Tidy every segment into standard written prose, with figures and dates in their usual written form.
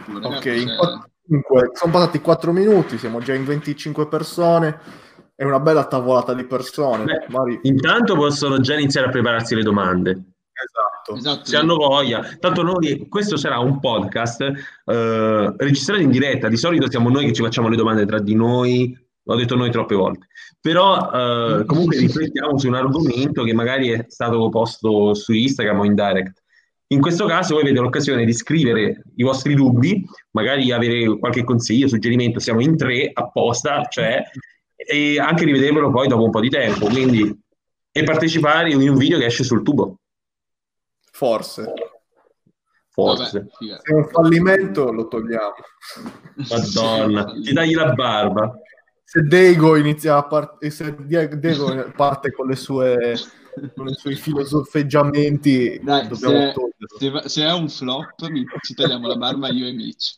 Ok, Ragazzi, sono passati 4 minuti, siamo già in 25 persone, è una bella tavolata di persone. Beh, Mari. intanto possono già iniziare a prepararsi le domande. Esatto. Se hanno voglia. Tanto noi, questo sarà un podcast registrato in diretta. Di solito siamo noi che ci facciamo le domande tra di noi. L'ho detto noi troppe volte. Però comunque riflettiamo su un argomento che magari è stato posto su Instagram o in direct. In questo caso voi avete l'occasione di scrivere i vostri dubbi, magari avere qualche consiglio, suggerimento. Siamo in 3 apposta, cioè, e anche rivedervelo poi dopo un po' di tempo. Quindi, e partecipare in un video che esce sul tubo. Forse. Forse. Vabbè, Se è un fallimento lo togliamo. Madonna, ti tagli la barba. Se Dego inizia se Dego parte con i suoi filosofeggiamenti, dai, dobbiamo toglierlo. se è un flop, ci tagliamo la barba io e Mitch.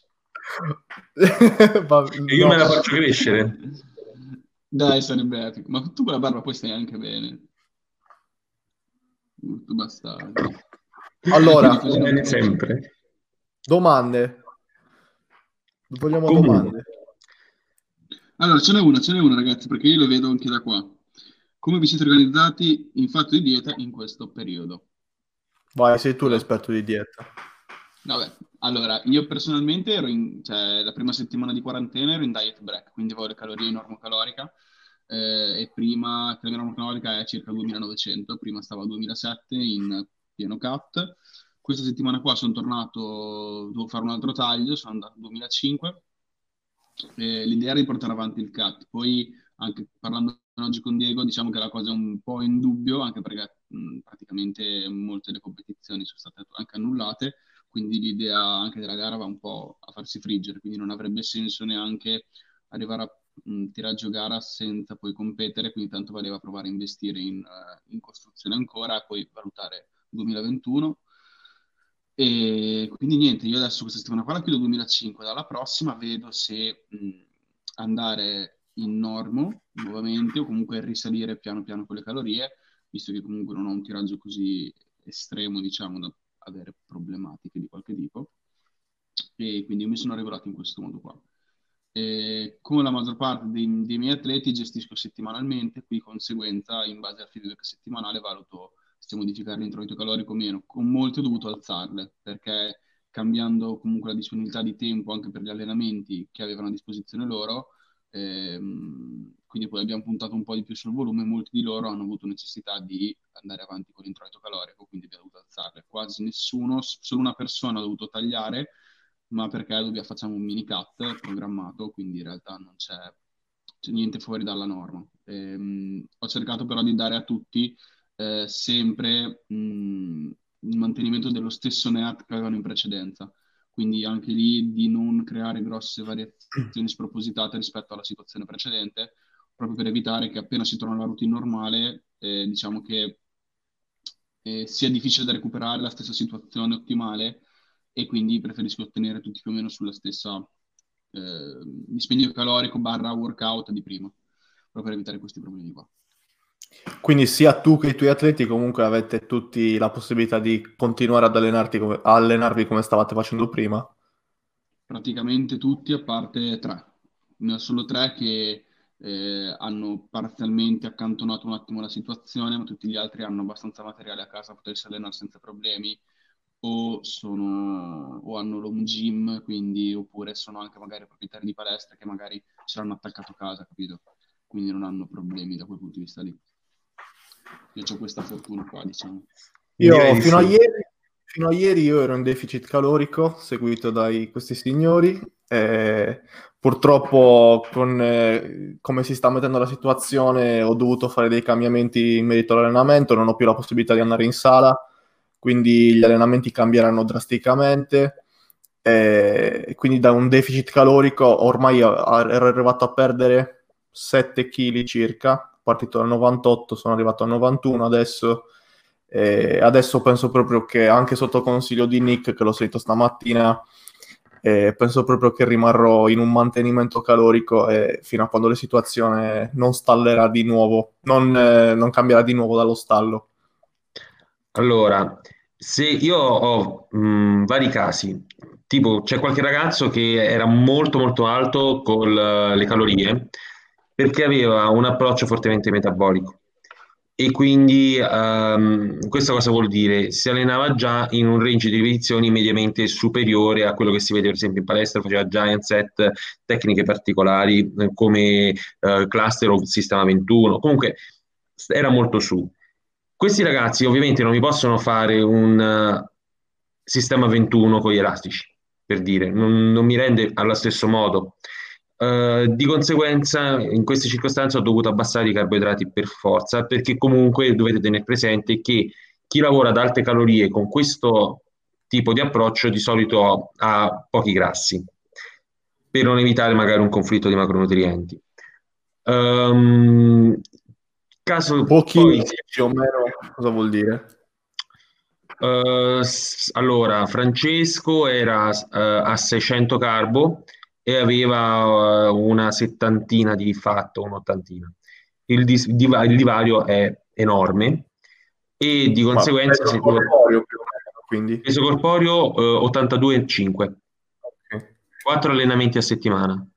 E io me la faccio crescere. Dai, sarebbe epico. Ma tu con la barba poi stai anche bene. Tu bastardo. Allora, sempre. Domande. Vogliamo Comunque. domande? Allora, ce n'è una, ragazzi, perché io lo vedo anche da qua. Come vi siete organizzati in fatto di dieta in questo periodo? Vai, sei tu l'esperto di dieta. Vabbè, allora, io personalmente cioè, la prima settimana di quarantena ero in diet break, quindi avevo le calorie in normocalorica, e prima che la mia normocalorica è circa 2900, prima stavo a 2007 in pieno cut. Questa settimana qua sono tornato, devo fare un altro taglio, sono andato a 2005. L'idea era di portare avanti il cut, poi anche parlando oggi con Diego diciamo che la cosa è un po' in dubbio, anche perché praticamente molte delle competizioni sono state anche annullate, quindi l'idea anche della gara va un po' a farsi friggere, quindi non avrebbe senso neanche arrivare a tiraggio gara senza poi competere, quindi tanto valeva provare a investire in costruzione ancora e poi valutare 2021. E quindi niente, io adesso questa settimana qua la chiudo 2005, dalla prossima vedo se andare in normo nuovamente o comunque risalire piano piano con le calorie, visto che comunque non ho un tiraggio così estremo, diciamo, da avere problematiche di qualche tipo. E quindi io mi sono regolato in questo modo qua. E come la maggior parte dei miei atleti gestisco settimanalmente, qui conseguenza in base al feedback settimanale valuto se modificare l'introito calorico o meno. Con molte ho dovuto alzarle perché cambiando comunque la disponibilità di tempo anche per gli allenamenti che avevano a disposizione loro, quindi poi abbiamo puntato un po' di più sul volume, molti di loro hanno avuto necessità di andare avanti con l'introito calorico, quindi abbiamo dovuto alzarle. Quasi nessuno, solo una persona ha dovuto tagliare, ma perché facciamo un mini cut programmato, quindi in realtà non c'è niente fuori dalla norma. Ho cercato però di dare a tutti sempre il mantenimento dello stesso NEAT che avevano in precedenza, quindi anche lì di non creare grosse variazioni spropositate rispetto alla situazione precedente, proprio per evitare che appena si torna alla routine normale, diciamo che sia difficile da recuperare la stessa situazione ottimale, e quindi preferisco ottenere tutti più o meno sulla stessa dispendio calorico / workout di prima, proprio per evitare questi problemi qua. Quindi sia tu che i tuoi atleti comunque avete tutti la possibilità di continuare ad allenarvi come stavate facendo prima? Praticamente tutti, a parte 3. Ne ho solo 3 che hanno parzialmente accantonato un attimo la situazione, ma tutti gli altri hanno abbastanza materiale a casa, potersi allenare senza problemi, o hanno l'home gym, quindi, oppure sono anche magari proprietari di palestre che magari ce l'hanno attaccato a casa, capito? Quindi non hanno problemi da quel punto di vista lì. Io ho questa fortuna qua, diciamo. Io fino a ieri io ero in deficit calorico, seguito da questi signori. Purtroppo, come si sta mettendo la situazione, ho dovuto fare dei cambiamenti in merito all'allenamento, non ho più la possibilità di andare in sala, quindi gli allenamenti cambieranno drasticamente. Quindi da un deficit calorico ormai ero arrivato a perdere 7 kg circa, partito dal 98, sono arrivato a 91 adesso. Adesso penso proprio che anche sotto consiglio di Nick, che l'ho sentito stamattina, penso proprio che rimarrò in un mantenimento calorico fino a quando la situazione non stallerà di nuovo, non cambierà di nuovo dallo stallo. Allora, se io ho vari casi, tipo c'è qualche ragazzo che era molto molto alto con le calorie perché aveva un approccio fortemente metabolico. E quindi questo cosa vuol dire? Si allenava già in un range di ripetizioni mediamente superiore a quello che si vede per esempio in palestra, faceva giant set, tecniche particolari come cluster o sistema 21, comunque era molto su. Questi ragazzi ovviamente non mi possono fare un sistema 21 con gli elastici, per dire, non mi rende allo stesso modo. Di conseguenza, in queste circostanze ho dovuto abbassare i carboidrati per forza, perché comunque dovete tenere presente che chi lavora ad alte calorie con questo tipo di approccio di solito ha pochi grassi, per non evitare magari un conflitto di macronutrienti. Ehm, caso Pochi poi più o meno, cosa vuol dire? allora, Francesco era a 600 carbo e aveva una settantina di fatto, un'ottantina. Il divario è enorme e di Ma conseguenza peso se tu corporeo più o meno, quindi. peso corporeo 82,5, Ok. 4 allenamenti a settimana.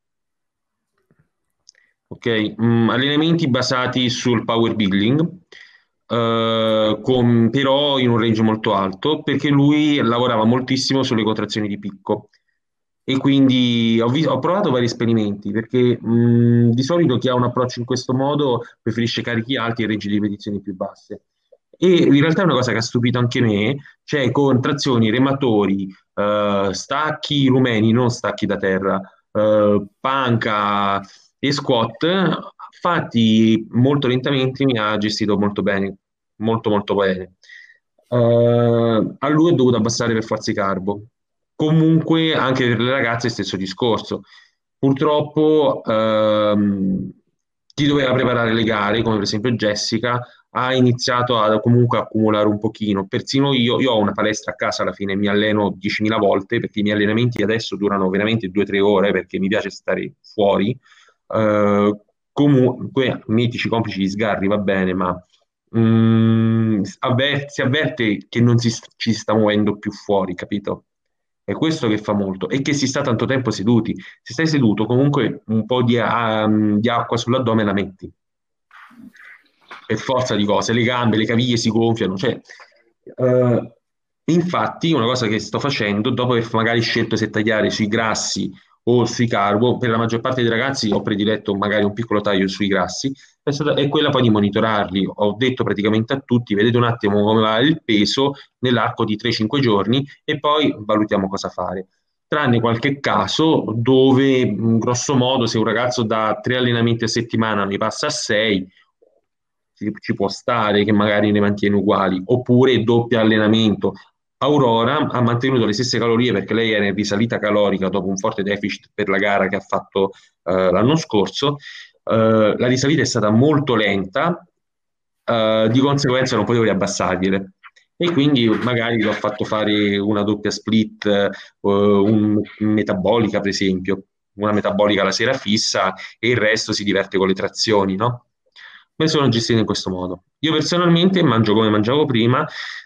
Ok, allenamenti basati sul power building, però in un range molto alto, perché lui lavorava moltissimo sulle contrazioni di picco. E quindi ho provato vari esperimenti, perché di solito chi ha un approccio in questo modo preferisce carichi alti e range di ripetizioni più basse. E in realtà è una cosa che ha stupito anche me, cioè con trazioni, rematori, stacchi rumeni, non stacchi da terra, panca e squat, fatti molto lentamente, mi ha gestito molto bene, molto molto bene. A lui è dovuto abbassare per forza i carbo. Comunque anche per le ragazze è stesso discorso. Purtroppo chi doveva preparare le gare, come per esempio Jessica, ha iniziato a comunque accumulare un pochino. Persino io ho una palestra a casa, alla fine mi alleno 10.000 volte perché i miei allenamenti adesso durano veramente 2-3 ore perché mi piace stare fuori. Comunque, mitici complici di sgarri va bene, ma si avverte che non ci sta muovendo più fuori, capito? È questo che fa molto, e che si sta tanto tempo seduti. Se stai seduto, comunque un po' di acqua sull'addome la metti, per forza di cose, le gambe, le caviglie si gonfiano, cioè, infatti una cosa che sto facendo, dopo aver magari scelto se tagliare sui grassi o sui carbo, per la maggior parte dei ragazzi ho prediletto magari un piccolo taglio sui grassi, è quella poi di monitorarli. Ho detto praticamente a tutti, vedete un attimo come va il peso nell'arco di 3-5 giorni e poi valutiamo cosa fare. Tranne qualche caso dove, grosso modo, se un ragazzo da 3 allenamenti a settimana mi passa a 6, ci può stare che magari ne mantiene uguali, oppure doppio allenamento. Aurora ha mantenuto le stesse calorie perché lei era in risalita calorica dopo un forte deficit per la gara che ha fatto l'anno scorso. La risalita è stata molto lenta, di conseguenza non potevo riabbassargliele. E quindi magari l'ho fatto fare una doppia split, metabolica, per esempio, una metabolica la sera fissa e il resto si diverte con le trazioni, no? Me sono gestito in questo modo. Io personalmente mangio come mangiavo prima,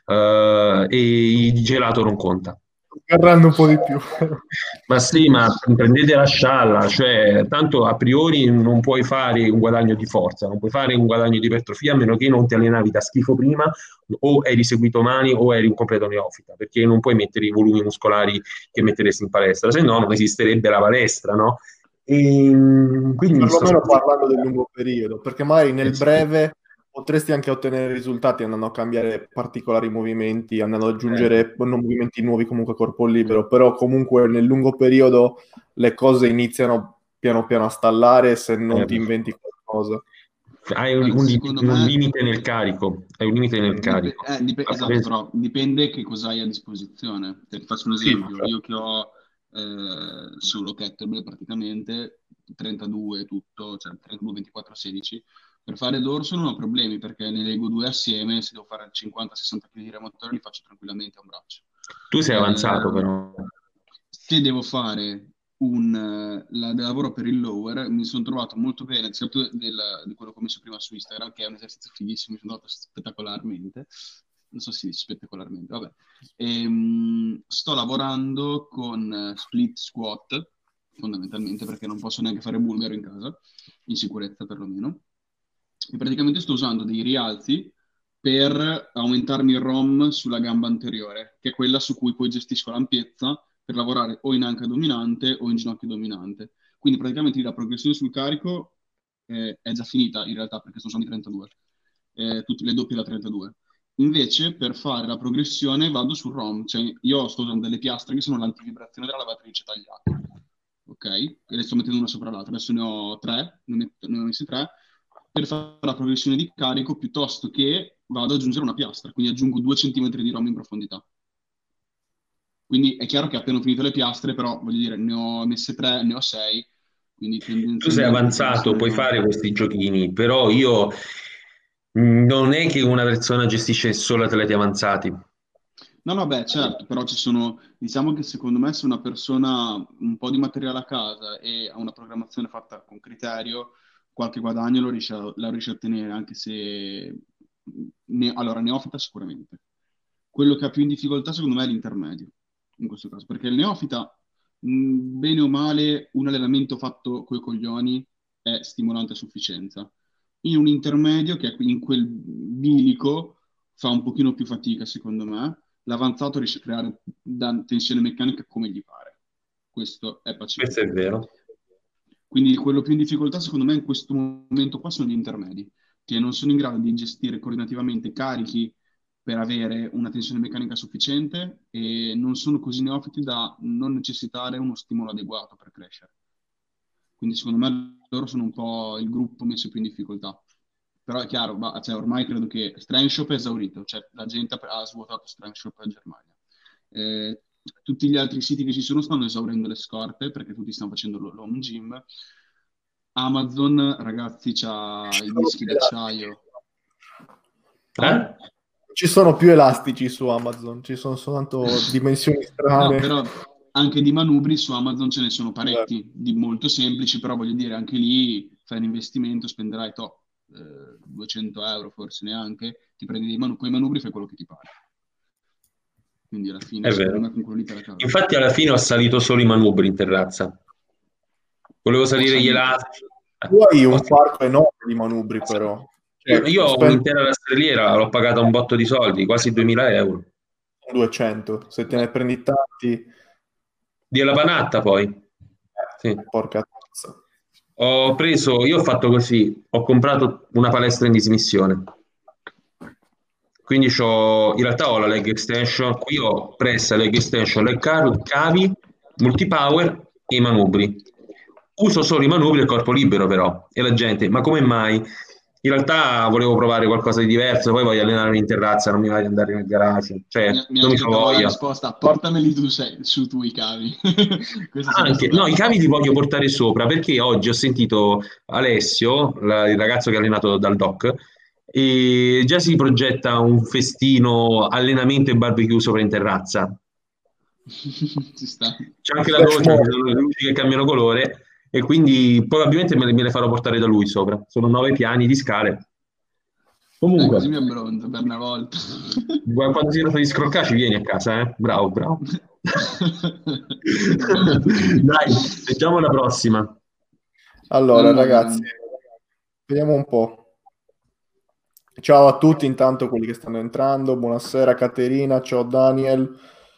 e il gelato non conta. Sgarrando un po' di più. Ma sì, ma prendete la scialla, cioè tanto a priori non puoi fare un guadagno di forza, non puoi fare un guadagno di ipertrofia a meno che non ti allenavi da schifo prima o eri seguito mani o eri un completo neofita, perché non puoi mettere i volumi muscolari che metteresti in palestra, se no non esisterebbe la palestra, no? E, quindi mi sto Perlomeno sempre... parlando del lungo periodo, perché magari nel Sì. breve potresti anche ottenere risultati andando a cambiare particolari movimenti, andando ad aggiungere non movimenti nuovi comunque a corpo libero, però comunque nel lungo periodo le cose iniziano piano piano a stallare se non ti Eh, inventi qualcosa. hai Allora, secondo un me limite nel carico, hai un limite nel carico. esatto, però dipende che cosa hai a disposizione. Ti faccio un Sì, esempio, cioè, io che ho solo kettlebell praticamente, 32 tutto, cioè 32, 24, 16, per fare dorso non ho problemi perché ne leggo due assieme, se devo fare 50-60 kg di remotore li faccio tranquillamente a un braccio. Tu sei avanzato Eh, però. se devo fare lavoro per il lower, mi sono trovato molto bene, ad esempio di quello che ho messo prima su Instagram, che è un esercizio fighissimo, mi sono trovato spettacolarmente. non so se si dice spettacolarmente, vabbè. Sto lavorando con split squat, fondamentalmente, perché non posso neanche fare bulgaro in casa, in sicurezza perlomeno. E praticamente sto usando dei rialzi per aumentarmi il ROM sulla gamba anteriore, che è quella su cui poi gestisco l'ampiezza per lavorare o in anca dominante o in ginocchio dominante. Quindi praticamente la progressione sul carico è già finita in realtà, perché sto usando i 32, tutte le doppie da 32. Invece per fare la progressione vado sul ROM, cioè io sto usando delle piastre che sono l'antivibrazione della lavatrice tagliata, ok? E le sto mettendo una sopra l'altra, adesso ne ho tre, ne ho messi tre, per fare la progressione di carico piuttosto che vado ad aggiungere una piastra, quindi aggiungo 2 cm di ROM in profondità. Quindi è chiaro che appena ho finito le piastre, però voglio dire, ne ho messe 3, ne ho 6, quindi Tu sei avanzato, puoi fare questi giochini, però io non è che una persona gestisce solo atleti avanzati. No, beh, certo, però ci sono, diciamo che secondo me se una persona ha un po' di materiale a casa e ha una programmazione fatta con criterio, qualche guadagno la riesce a ottenere, anche se, allora, neofita sicuramente. Quello che ha più in difficoltà secondo me è l'intermedio, in questo caso, perché il neofita, bene o male, un allenamento fatto coi coglioni è stimolante a sufficienza. In un intermedio, che è in quel bilico, fa un pochino più fatica, secondo me. L'avanzato riesce a creare tensione meccanica come gli pare. Questo è pacifico. Questo è vero. Quindi quello più in difficoltà, secondo me, in questo momento qua sono gli intermedi, che non sono in grado di gestire coordinativamente carichi per avere una tensione meccanica sufficiente e non sono così neofiti da non necessitare uno stimolo adeguato per crescere. Quindi secondo me loro sono un po' il gruppo messo più in difficoltà. Però è chiaro, cioè, ormai credo che Strength Shop è esaurito, cioè la gente ha svuotato Strength Shop in Germania. Tutti gli altri siti che ci sono stanno esaurendo le scorte perché tutti stanno facendo l'home gym. Amazon, ragazzi, c'ha i dischi d'acciaio. Ci sono più elastici su Amazon, ci sono soltanto dimensioni strane. No, però anche di manubri su Amazon ce ne sono parecchi, di molto semplici, però voglio dire, anche lì fai un investimento, spenderai 200 euro, forse neanche, ti prendi quei manubri, fai quello che ti pare. Quindi alla fine, È secondo vero. me, con quello lì te la cavi. Infatti alla fine ho salito solo i manubri in terrazza. Volevo salire gli elastici. Tu hai un parco enorme di manubri, però. Io ho un'intera rastrelliera, l'ho pagata un botto di soldi, quasi 2000 euro. 200, se te ne prendi tanti. Della Panatta poi. Sì. Porca cazzo. Io ho fatto così, ho comprato una palestra in dismissione. Quindi in realtà ho la leg extension, qui ho pressa, leg extension, leg curl, cavi, multipower e i manubri. Uso solo i manubri e corpo libero però, e la gente, ma come mai? In realtà volevo provare qualcosa di diverso, poi voglio allenarmi in terrazza, non mi va di andare nel garage, cioè Mi non mi fa aspettavo la voglia. risposta, portameli su tu i cavi. No, i cavi li voglio portare sopra perché oggi ho sentito Alessio, il ragazzo che è allenato dal doc, e già si progetta un festino, allenamento e barbecue sopra in terrazza. Ci sta. C'è anche la doccia, ci sono le luci che cambiano colore e quindi probabilmente me le farò portare da lui sopra. Sono 9 piani di scale. Comunque, così mi abbronzo per una volta. quando si tratta di scroccarci vieni a casa, eh? Bravo, bravo. Dai, leggiamo la prossima. Allora, ragazzi, vediamo un po'. Ciao a tutti, intanto quelli che stanno entrando. Buonasera Caterina, ciao Daniel.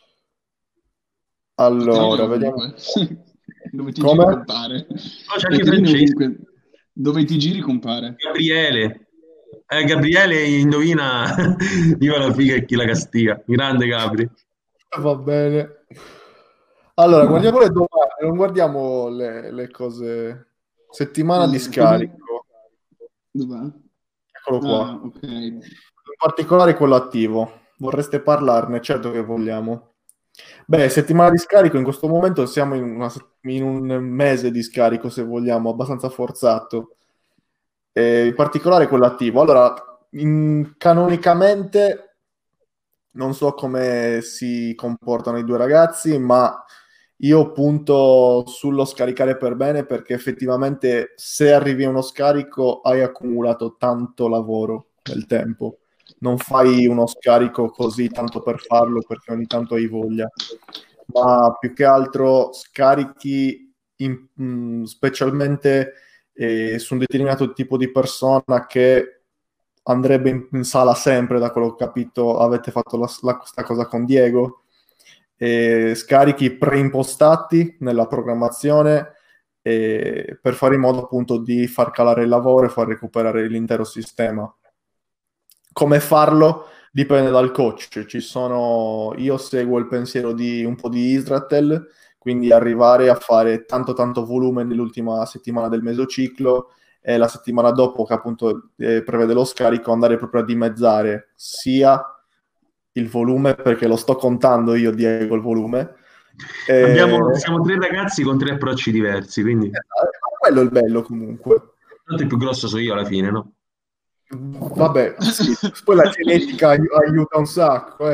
Allora, vediamo. Dove ti giri compare. C'è anche Francesco. Dove ti giri compare. Gabriele indovina viva la figa e chi la castiga. Grande Gabri. Va bene. Allora, guardiamo le domande, non guardiamo le cose. Settimana di scarico. Dov'è? Eccolo qua. Okay. In particolare quello attivo. Vorreste parlarne? Certo che vogliamo. Beh, settimana di scarico, in questo momento siamo in un mese di scarico, se vogliamo, abbastanza forzato. In particolare quello attivo. Allora, canonicamente non so come si comportano i due ragazzi, ma io punto sullo scaricare per bene perché effettivamente se arrivi a uno scarico hai accumulato tanto lavoro nel tempo. non fai uno scarico così tanto per farlo perché ogni tanto hai voglia, ma più che altro scarichi specialmente su un determinato tipo di persona che andrebbe in sala sempre, da quello che ho capito. Avete fatto questa cosa con Diego, scarichi preimpostati nella programmazione per fare in modo appunto di far calare il lavoro e far recuperare l'intero sistema. Come farlo dipende dal coach. Io seguo il pensiero di un po' di Israel, quindi arrivare a fare tanto tanto volume nell'ultima settimana del mesociclo, e la settimana dopo, che appunto prevede lo scarico, andare proprio a dimezzare sia il volume, perché lo sto contando io, Diego, il volume. Siamo 3 ragazzi con 3 approcci diversi, quindi Quello è il bello comunque. tanto il più grosso sono io alla fine, no? Vabbè, sì. Poi la genetica aiuta un sacco.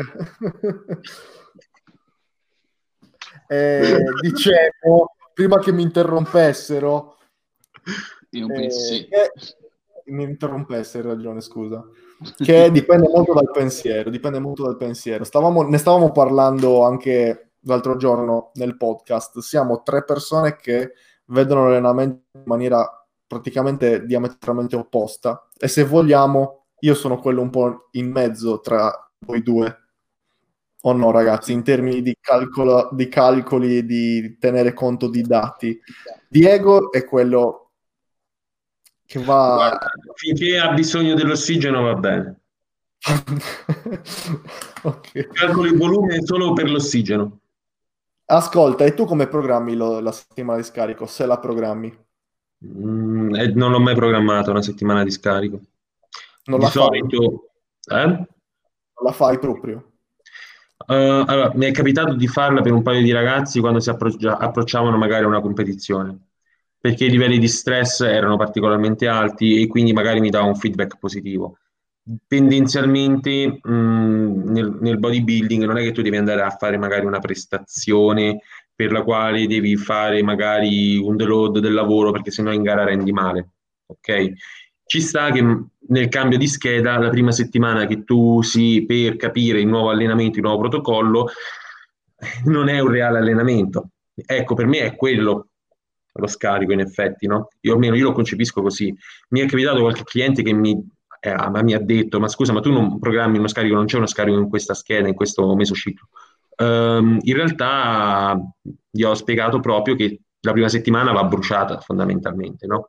Dicevo, prima che mi interrompessero, Io penso sì. mi interrompesse, hai ragione, scusa, che dipende molto dal pensiero, ne stavamo parlando anche l'altro giorno nel podcast. Siamo 3 persone che vedono l'allenamento in maniera praticamente diametralmente opposta, e se vogliamo io sono quello un po' in mezzo tra voi due, o no, ragazzi, in termini di calcoli, di tenere conto di dati. Diego è quello che va... Guarda, finché ha bisogno dell'ossigeno va bene. Okay. Calcolo il volume solo per l'ossigeno. Ascolta, e tu come programmi la settimana di scarico, se la programmi? Non l'ho mai programmata una settimana di scarico. Non Di la fai? solito, Non la fai proprio? allora, mi è capitato di farla per un paio di ragazzi quando si approcciavano magari a una competizione, perché i livelli di stress erano particolarmente alti e quindi magari mi dava un feedback positivo. Tendenzialmente, nel bodybuilding non è che tu devi andare a fare magari una prestazione per la quale devi fare magari un deload del lavoro perché sennò in gara rendi male, ok? Ci sta che nel cambio di scheda, la prima settimana che tu usi per capire il nuovo allenamento, il nuovo protocollo, non è un reale allenamento. Ecco, per me è quello lo scarico, in effetti, no? Almeno io lo concepisco così. Mi è capitato qualche cliente che mi ha detto: ma scusa, ma tu non programmi uno scarico, non c'è uno scarico in questa scheda, in questo mesociclo? In realtà gli ho spiegato proprio che la prima settimana va bruciata fondamentalmente, no?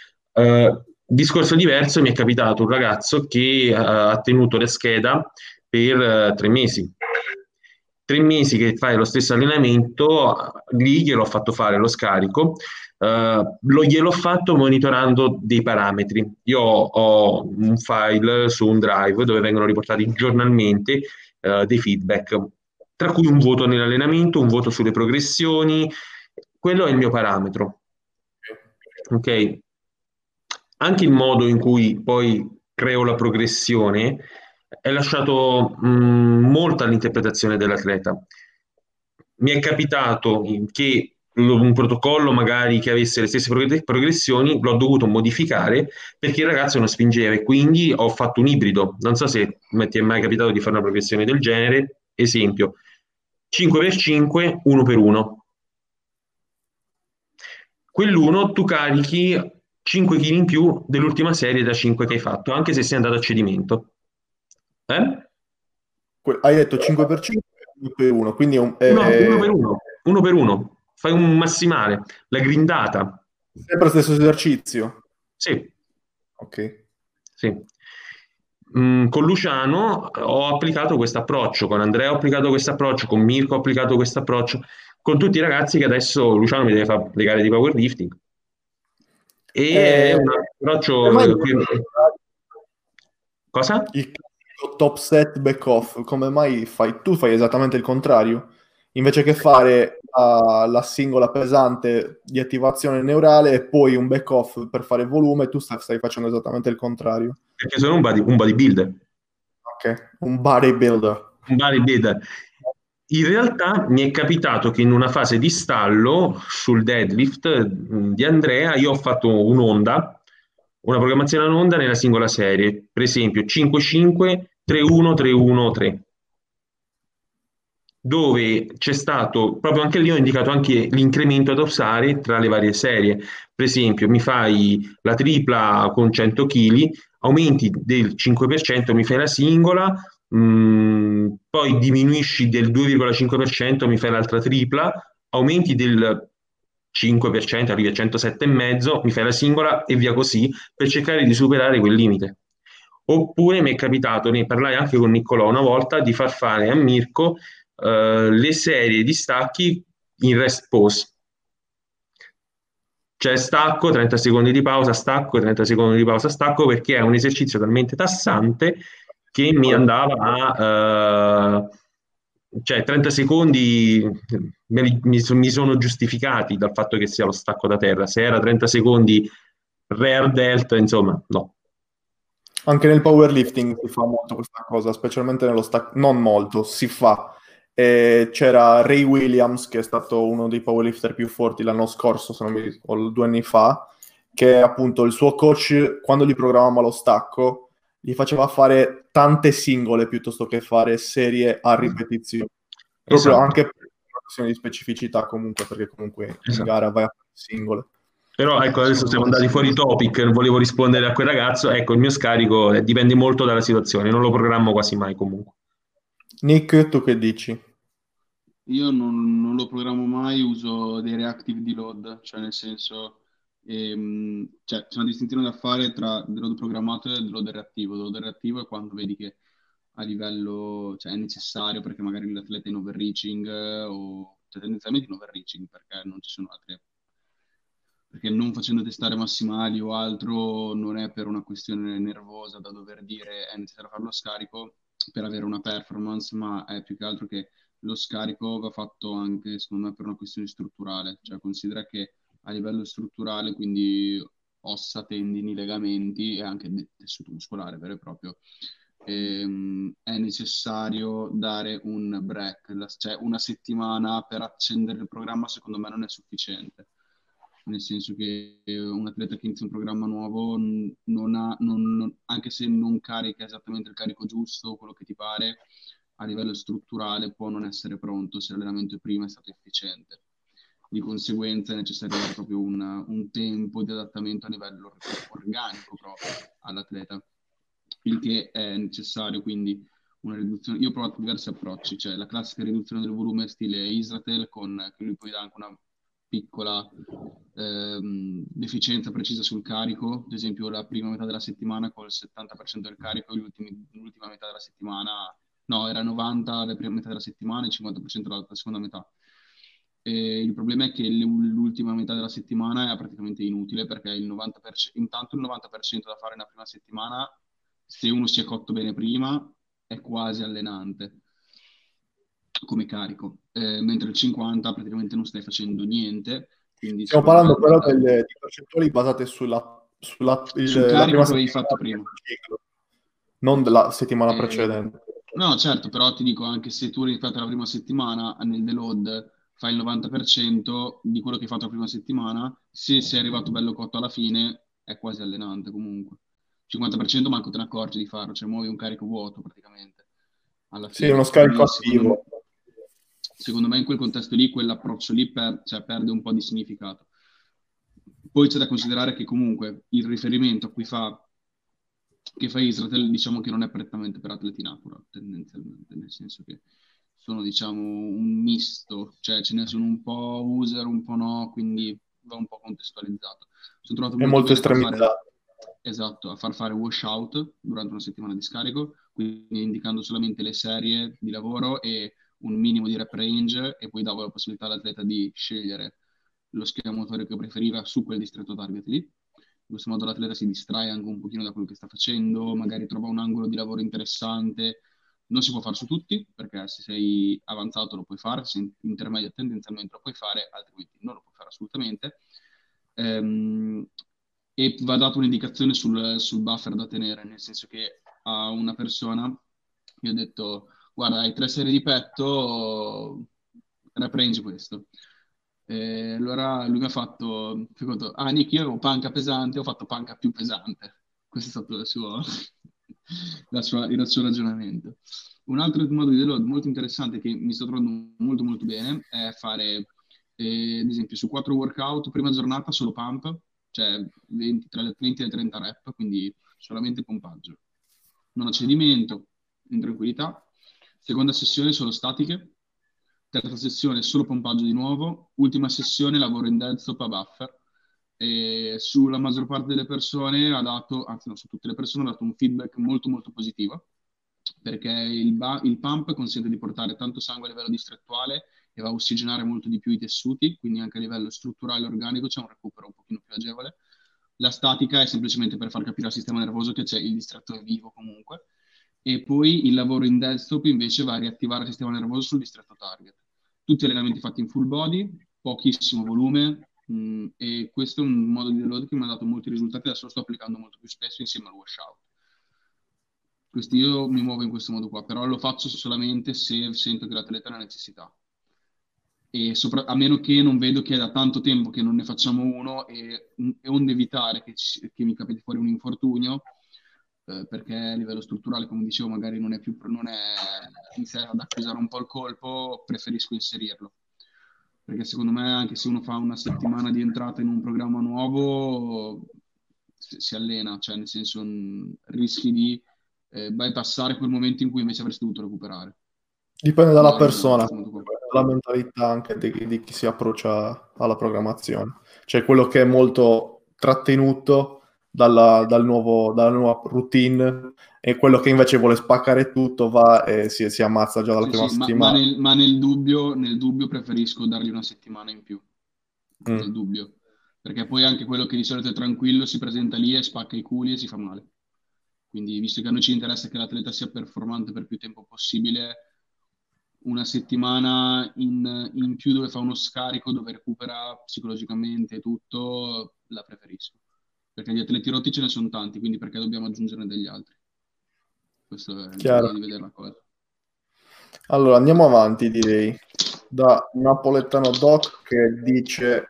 Discorso diverso, mi è capitato un ragazzo che ha tenuto la scheda per 3 mesi. 3 mesi che fai lo stesso allenamento, lì gliel'ho fatto fare lo scarico, gliel'ho fatto monitorando dei parametri. Io ho un file su un drive dove vengono riportati giornalmente dei feedback, tra cui un voto nell'allenamento, un voto sulle progressioni. Quello è il mio parametro. Ok? Anche il modo in cui poi creo la progressione è lasciato molto all'interpretazione dell'atleta. Mi è capitato che un protocollo magari che avesse le stesse progressioni l'ho dovuto modificare perché il ragazzo non spingeva, e quindi ho fatto un ibrido. Non so se ti è mai capitato di fare una progressione del genere. Esempio, 5x5, 1x1. Quell'1 tu carichi 5 kg in più dell'ultima serie da 5 che hai fatto, anche se sei andato a cedimento. Hai detto 5x5 e 1x1, quindi No, 1x1, 1x1. Fai un massimale, la grindata. sempre lo stesso esercizio? Sì. Ok. Sì. Con Luciano ho applicato questo approccio, con Andrea ho applicato questo approccio, con Mirko ho applicato questo approccio, con tutti i ragazzi che adesso Luciano mi deve fare le gare di powerlifting. E è un approccio... Cosa? Il top set back off, come mai tu fai esattamente il contrario? Invece che fare la singola pesante di attivazione neurale e poi un back off per fare volume, tu stai facendo esattamente il contrario. Perché sono un bodybuilder. Ok, un bodybuilder. Un bodybuilder. In realtà mi è capitato che in una fase di stallo sul deadlift di Andrea io ho fatto un'onda, una programmazione a un'onda nella singola serie, per esempio 5-5, 3-1-3-1-3, dove c'è stato, proprio anche lì ho indicato anche l'incremento da usare tra le varie serie. Per esempio, mi fai la tripla con 100 kg, aumenti del 5%, mi fai la singola, poi diminuisci del 2,5%, mi fai l'altra tripla, aumenti del 5%, arrivi a 107,5, mi fai la singola e via così, per cercare di superare quel limite. Oppure mi è capitato, ne parlai anche con Niccolò una volta, di far fare a Mirko le serie di stacchi in rest pause. Cioè stacco, 30 secondi di pausa, stacco, 30 secondi di pausa, stacco, perché è un esercizio talmente tassante che mi andava a... cioè 30 secondi mi sono giustificati dal fatto che sia lo stacco da terra. Se era 30 secondi rear delta, insomma, no. Anche nel powerlifting si fa molto questa cosa, specialmente nello stack, non molto, si fa. C'era Ray Williams, che è stato uno dei powerlifter più forti l'anno scorso, se non mi o 2 anni fa, che appunto il suo coach, quando gli programmava lo stacco, gli faceva fare tante singole piuttosto che fare serie a ripetizione. Proprio Esatto. anche per una questione di specificità comunque, perché comunque in Esatto. gara vai a fare singole. Però ecco, adesso siamo andati fuori topic, volevo rispondere a quel ragazzo, ecco, il mio scarico dipende molto dalla situazione, non lo programmo quasi mai comunque. Nick, tu che dici? Io non lo programmo mai, uso dei reactive deload, cioè nel senso, cioè, c'è una distinzione da fare tra deload programmato e deload reattivo. Deload reattivo è quando vedi che a livello, cioè, è necessario perché magari l'atleta è in overreaching o cioè, tendenzialmente in overreaching perché non ci sono altre, perché non facendo testare massimali o altro non è per una questione nervosa da dover dire è necessario fare lo scarico per avere una performance, ma è più che altro che lo scarico va fatto anche, secondo me, per una questione strutturale. Cioè, considera che a livello strutturale, quindi ossa, tendini, legamenti e anche tessuto muscolare vero e proprio, è necessario dare un break. Cioè, una settimana per accendere il programma, secondo me, non è sufficiente. Nel senso che un atleta che inizia un programma nuovo anche se non carica esattamente il carico giusto, quello che ti pare, a livello strutturale può non essere pronto se l'allenamento prima è stato efficiente. Di conseguenza è necessario dare proprio un tempo di adattamento a livello organico proprio all'atleta, il che è necessario, quindi una riduzione. Io ho provato diversi approcci, cioè la classica riduzione del volume stile Israel, che lui poi dà anche una piccola deficienza precisa sul carico, ad esempio la prima metà della settimana col 70% del carico e l'ultima metà della settimana, no, era 90 la prima metà della settimana e 50% la seconda metà. E il problema è che l'ultima metà della settimana è praticamente inutile perché intanto il 90% da fare nella prima settimana, se uno si è cotto bene prima, è quasi allenante come carico, mentre il 50 praticamente non stai facendo niente. Quindi stiamo parlando però di percentuali basate sul carico prima che avevi fatto prima, non della settimana precedente. No, certo, però ti dico, anche se tu rispetto alla prima settimana nel deload fai il 90% di quello che hai fatto la prima settimana, se sei arrivato bello cotto alla fine è quasi allenante comunque. 50% manco te ne accorgi di farlo, cioè muovi un carico vuoto praticamente alla fine. Sì, uno scarico Quindi, attivo. secondo me in quel contesto lì, quell'approccio lì perde un po' di significato. Poi c'è da considerare che comunque il riferimento a cui che fa Israel, diciamo che non è prettamente per atleti natural, tendenzialmente, nel senso che sono, diciamo, un misto, cioè ce ne sono un po' user, un po' no, quindi va un po' contestualizzato. Sono trovato È molto bene estremizzato. esatto, a far fare washout durante una settimana di scarico, quindi indicando solamente le serie di lavoro e un minimo di rep range e poi davo la possibilità all'atleta di scegliere lo schema motorio che preferiva su quel distretto target lì. In questo modo l'atleta si distrae anche un pochino da quello che sta facendo, magari trova un angolo di lavoro interessante. Non si può fare su tutti, perché se sei avanzato lo puoi fare, se sei intermedio tendenzialmente lo puoi fare, altrimenti non lo puoi fare assolutamente. E va data un'indicazione sul buffer da tenere, nel senso che a una persona, io ho detto, guarda, hai 3 serie di petto, reprendi questo. E allora lui mi ha fatto, Nick, io avevo panca pesante, ho fatto panca più pesante. Questo è stato il suo... il suo ragionamento. Un altro modo di deload molto interessante che mi sto trovando molto molto bene è fare, ad esempio, su 4 workout, prima giornata solo pump, cioè 20, tra le 20 e le 30 rep, quindi solamente pompaggio. Non accedimento, in tranquillità. Seconda sessione solo statiche. Terza sessione solo pompaggio di nuovo. Ultima sessione lavoro in dead stop a buffer. E sulla maggior parte delle persone ha dato, anzi no, su tutte le persone ha dato un feedback molto molto positivo, perché il pump consente di portare tanto sangue a livello distrettuale e va a ossigenare molto di più i tessuti, quindi anche a livello strutturale e organico c'è un recupero un pochino più agevole. La statica è semplicemente per far capire al sistema nervoso che c'è il distretto è vivo comunque, e poi il lavoro in dead stop invece va a riattivare il sistema nervoso sul distretto target. Tutti allenamenti fatti in full body, pochissimo volume, e questo è un modo di deload che mi ha dato molti risultati, adesso lo sto applicando molto più spesso insieme al washout. Io mi muovo in questo modo qua, però lo faccio solamente se sento che l'atleta ha necessità. E a meno che non vedo che è da tanto tempo che non ne facciamo uno e onde evitare che mi capiti fuori un infortunio, perché a livello strutturale, come dicevo, magari non è inizia ad accusare un po' il colpo, preferisco inserirlo. Perché secondo me, anche se uno fa una settimana di entrata in un programma nuovo, si allena, cioè nel senso rischi di bypassare quel momento in cui invece avresti dovuto recuperare. Dipende dalla persona, dalla mentalità anche di chi si approccia alla programmazione. Cioè quello che è molto trattenuto dalla nuova routine e quello che invece vuole spaccare tutto va e si ammazza già dalla prima settimana. Ma nel dubbio preferisco dargli una settimana in più. Nel dubbio. Perché poi anche quello che di solito è tranquillo si presenta lì e spacca i culi e si fa male. Quindi, visto che a noi ci interessa che l'atleta sia performante per più tempo possibile, una settimana in più dove fa uno scarico, dove recupera psicologicamente tutto, la preferisco. Perché gli atleti rotti ce ne sono tanti, quindi perché dobbiamo aggiungerne degli altri? Questo è il modo di vedere la cosa. Allora, andiamo avanti, direi. Da Napoletano Doc che dice: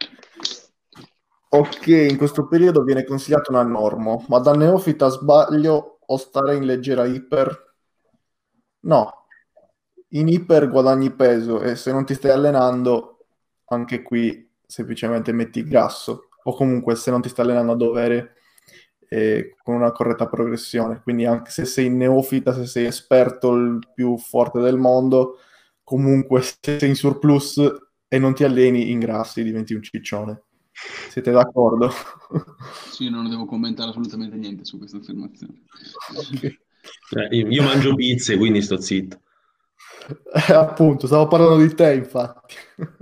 ok, in questo periodo viene consigliato una normo, ma da neofita sbaglio o stare in leggera iper? No, in iper guadagni peso e se non ti stai allenando, anche qui semplicemente metti grasso, o comunque se non ti stai allenando a dovere con una corretta progressione. Quindi anche se sei neofita, se sei esperto, il più forte del mondo, comunque se sei in surplus e non ti alleni, ingrassi, diventi un ciccione. Siete d'accordo? Sì, non devo commentare assolutamente niente su questa affermazione. Okay. Io mangio pizze, quindi sto zitto. Appunto, stavo parlando di te, infatti.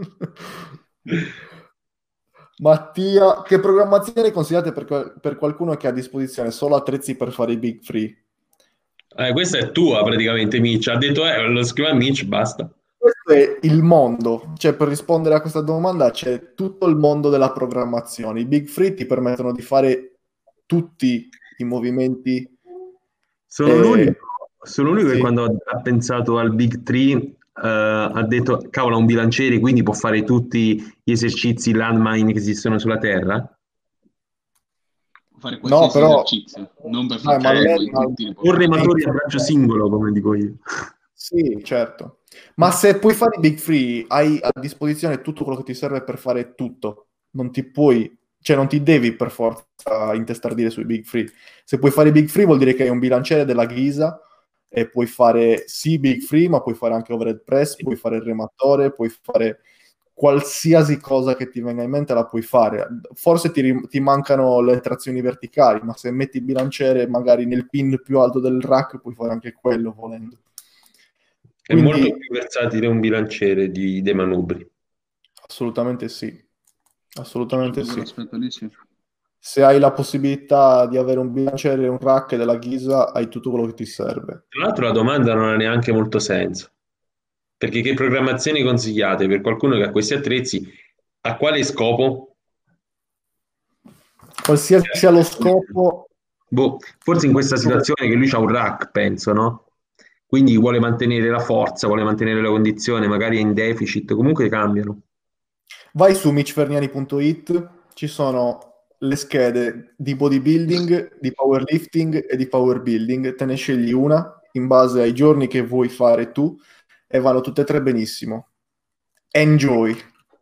Mattia, che programmazione consigliate per qualcuno che ha a disposizione solo attrezzi per fare i big free? Questa è tua praticamente, Mitch. Ha detto, lo scrivo a Mitch, basta. Questo è il mondo, cioè per rispondere a questa domanda c'è tutto il mondo della programmazione. I big free ti permettono di fare tutti i movimenti. Sono l'unico sì. che quando ha pensato al big three ha detto, cavolo, ha un bilanciere, quindi può fare tutti gli esercizi landmine che esistono sulla Terra? Fare qualsiasi esercizio, non per fare tutti. Un rematore a braccio singolo, come dico io. Sì, certo. Ma se puoi fare i big free, hai a disposizione tutto quello che ti serve per fare tutto. Non ti puoi, cioè non ti devi per forza intestardire sui big free. Se puoi fare i big free vuol dire che hai un bilanciere della ghisa e puoi fare sì big free, ma puoi fare anche overhead press, puoi fare il rematore, puoi fare qualsiasi cosa che ti venga in mente la puoi fare. Forse ti mancano le trazioni verticali, ma se metti il bilanciere magari nel pin più alto del rack puoi fare anche quello volendo. È molto più versatile un bilanciere dei manubri. Assolutamente sì. Assolutamente sì. Lì, sì. Se hai la possibilità di avere un bilanciere e un rack della ghisa, hai tutto quello che ti serve. Tra l'altro la domanda non ha neanche molto senso. Perché che programmazioni consigliate per qualcuno che ha questi attrezzi? A quale scopo? Qualsiasi sia lo scopo. Forse in questa situazione che lui ha un rack, penso, no? Quindi vuole mantenere la forza, vuole mantenere la condizione, magari è in deficit, comunque cambiano. Vai su mitchferniani.it, ci sono le schede di bodybuilding, di powerlifting e di power building, te ne scegli una in base ai giorni che vuoi fare tu e vanno tutte e tre benissimo. Enjoy.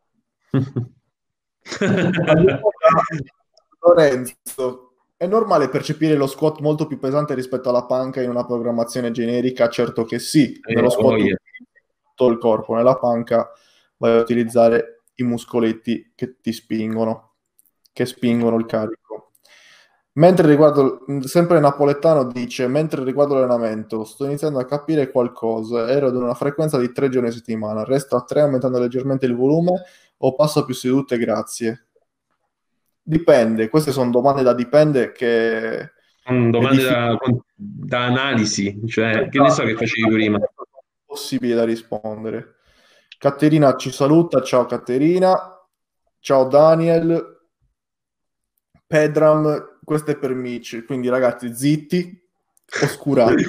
Allora, Lorenzo, è normale percepire lo squat molto più pesante rispetto alla panca in una programmazione generica? Certo che sì, nello squat voglia. tutto il corpo, nella panca vai a utilizzare i muscoletti che ti spingono, che spingono il carico. Mentre riguardo, sempre Napoletano dice, mentre riguardo l'allenamento, sto iniziando a capire qualcosa, ero ad una frequenza di 3 giorni a settimana, resto a 3 aumentando leggermente il volume o passo a più sedute, grazie. Dipende, queste sono domande da dipende che è Domande difficile. da analisi, cioè che ne so che facevi prima. Possibile da rispondere. Caterina ci saluta, ciao Caterina, ciao Daniel, Pedram, questo è per Mitch, quindi ragazzi zitti, oscurati.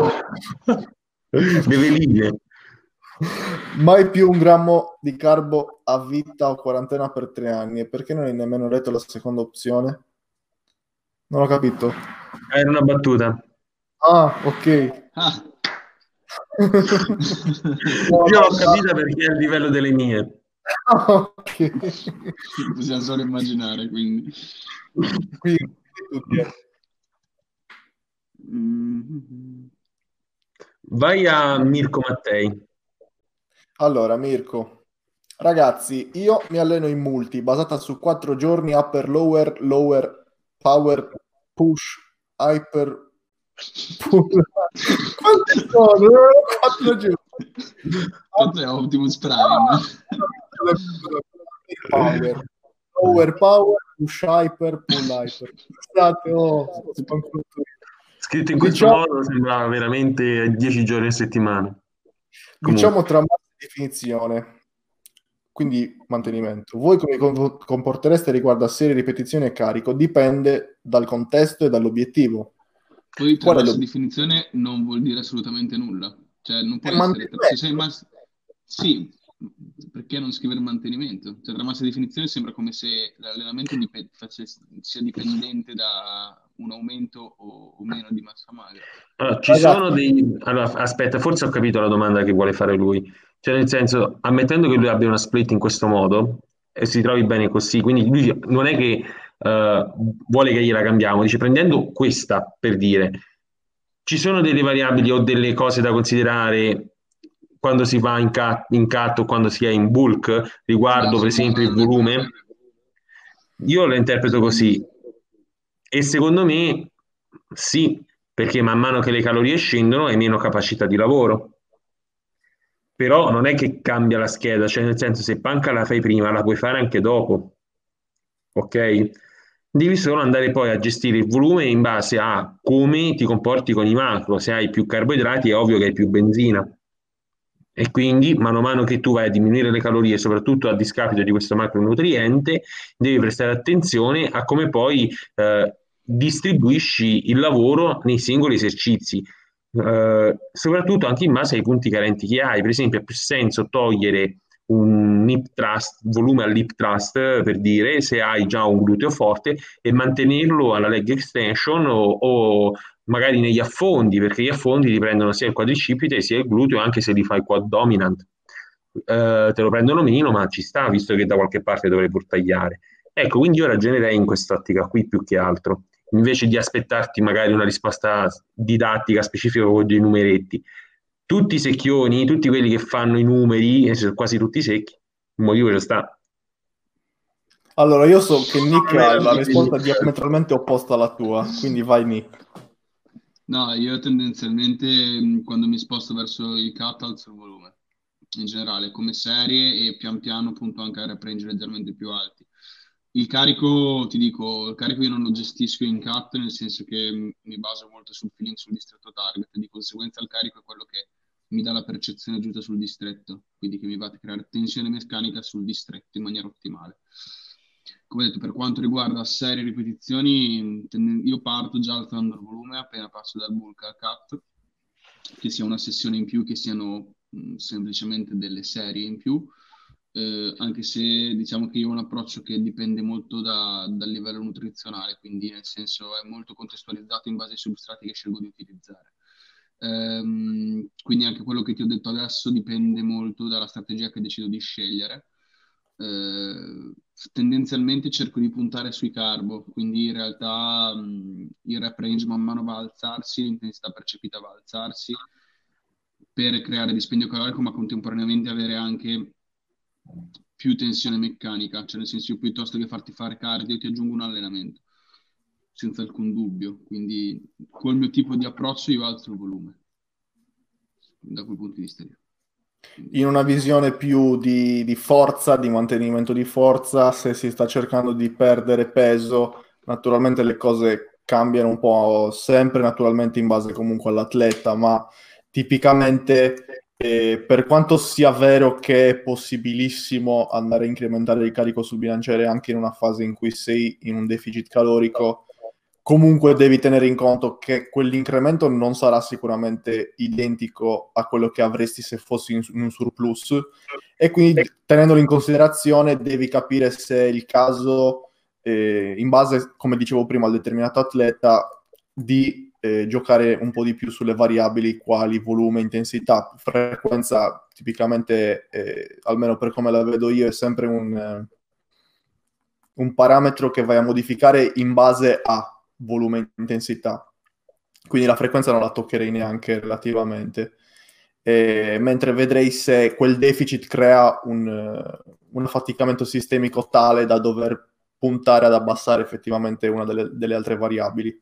Deve linee. Mai più un grammo di carbo a vita o quarantena per 3 anni, e perché non hai nemmeno letto la seconda opzione? Non ho capito. Era una battuta. Ah, ok. Ah. Io l'ho capita perché è a livello delle mie. Ok. Possiamo solo immaginare, quindi. Quindi, Vai a Mirko Mattei. allora, Mirko, ragazzi, io mi alleno in multi, basata su 4 giorni, upper, lower, lower, power, push, hyper, pull. Quante sono? 4 giorni. Questo è Optimus Prime. Power, lower, power, push, hyper, pull, hyper. Scusate, Scritto in questo modo sembrava veramente 10 giorni a settimana. Diciamo tra massa e definizione, quindi mantenimento. Voi come comportereste riguardo a serie, ripetizioni e carico? Dipende dal contesto e dall'obiettivo. Poi Qual è massa definizione non vuol dire assolutamente nulla. Cioè non può essere... mantenimento. Se sei sì, perché non scrivere mantenimento? Cioè tra massa e definizione sembra come se l'allenamento sia dipendente da un aumento o meno di massa magra. Allora, ci sono dei... Allora, aspetta, forse ho capito la domanda che vuole fare lui. Cioè, nel senso, ammettendo che lui abbia una split in questo modo e si trovi bene così, quindi lui non è che vuole che gliela cambiamo, dice prendendo questa per dire, ci sono delle variabili o delle cose da considerare quando si va in cut o quando si è in bulk riguardo, per esempio, il volume? Io lo interpreto così e secondo me sì, perché man mano che le calorie scendono hai meno capacità di lavoro. Però non è che cambia la scheda, cioè nel senso se panca la fai prima la puoi fare anche dopo, ok? Devi solo andare poi a gestire il volume in base a come ti comporti con i macro. Se hai più carboidrati è ovvio che hai più benzina. E quindi, mano a mano che tu vai a diminuire le calorie, soprattutto a discapito di questo macronutriente, devi prestare attenzione a come poi distribuisci il lavoro nei singoli esercizi. Soprattutto anche in base ai punti carenti che hai. Per esempio, ha più senso togliere un hip thrust, volume all'hip thrust per dire, se hai già un gluteo forte e mantenerlo alla leg extension o magari negli affondi, perché gli affondi ti prendono sia il quadricipite sia il gluteo, anche se li fai quad dominant. Te lo prendono meno, ma ci sta, visto che da qualche parte dovrei pur tagliare. Ecco, quindi io ragionerei in quest'ottica qui più che altro, invece di aspettarti magari una risposta didattica specifica con dei numeretti. Tutti i secchioni, tutti quelli che fanno i numeri, quasi tutti secchi, il motivo c'è sta. Allora, io so che Nick ha la risposta diametralmente opposta alla tua, quindi vai Nick. No, io tendenzialmente quando mi sposto verso i cut alzo il volume, in generale, come serie e pian piano punto anche a rep range leggermente più alti. Il carico, ti dico, il carico io non lo gestisco in cut, nel senso che mi baso molto sul feeling sul distretto target, di conseguenza il carico è quello che mi dà la percezione giusta sul distretto, quindi che mi va a creare tensione meccanica sul distretto in maniera ottimale. Come detto, per quanto riguarda serie ripetizioni, io parto già alzando il volume appena passo dal bulk al cut, che sia una sessione in più, che siano semplicemente delle serie in più. anche se diciamo che io ho un approccio che dipende molto dal livello nutrizionale, quindi nel senso è molto contestualizzato in base ai substrati che scelgo di utilizzare. Quindi anche quello che ti ho detto adesso dipende molto dalla strategia che decido di scegliere. Tendenzialmente cerco di puntare sui carbo, quindi in realtà il rep range man mano va a alzarsi, l'intensità percepita va a alzarsi per creare dispendio calorico, ma contemporaneamente avere anche più tensione meccanica, cioè nel senso io piuttosto che farti fare cardio ti aggiungo un allenamento, senza alcun dubbio, quindi col mio tipo di approccio io alzo il volume, da quel punto di vista lì. In una visione più di forza, di mantenimento di forza, se si sta cercando di perdere peso, naturalmente le cose cambiano un po' sempre, naturalmente in base comunque all'atleta, ma tipicamente per quanto sia vero che è possibilissimo andare a incrementare il carico sul bilanciere anche in una fase in cui sei in un deficit calorico, comunque devi tenere in conto che quell'incremento non sarà sicuramente identico a quello che avresti se fossi in un surplus, e quindi tenendolo in considerazione devi capire se è il caso, in base, come dicevo prima, al determinato atleta, di giocare un po' di più sulle variabili quali volume, intensità, frequenza. Tipicamente, almeno per come la vedo io, è sempre un parametro che vai a modificare in base a volume e intensità. Quindi la frequenza non la toccherei neanche relativamente. Mentre vedrei se quel deficit crea un affaticamento sistemico tale da dover puntare ad abbassare effettivamente una delle altre variabili.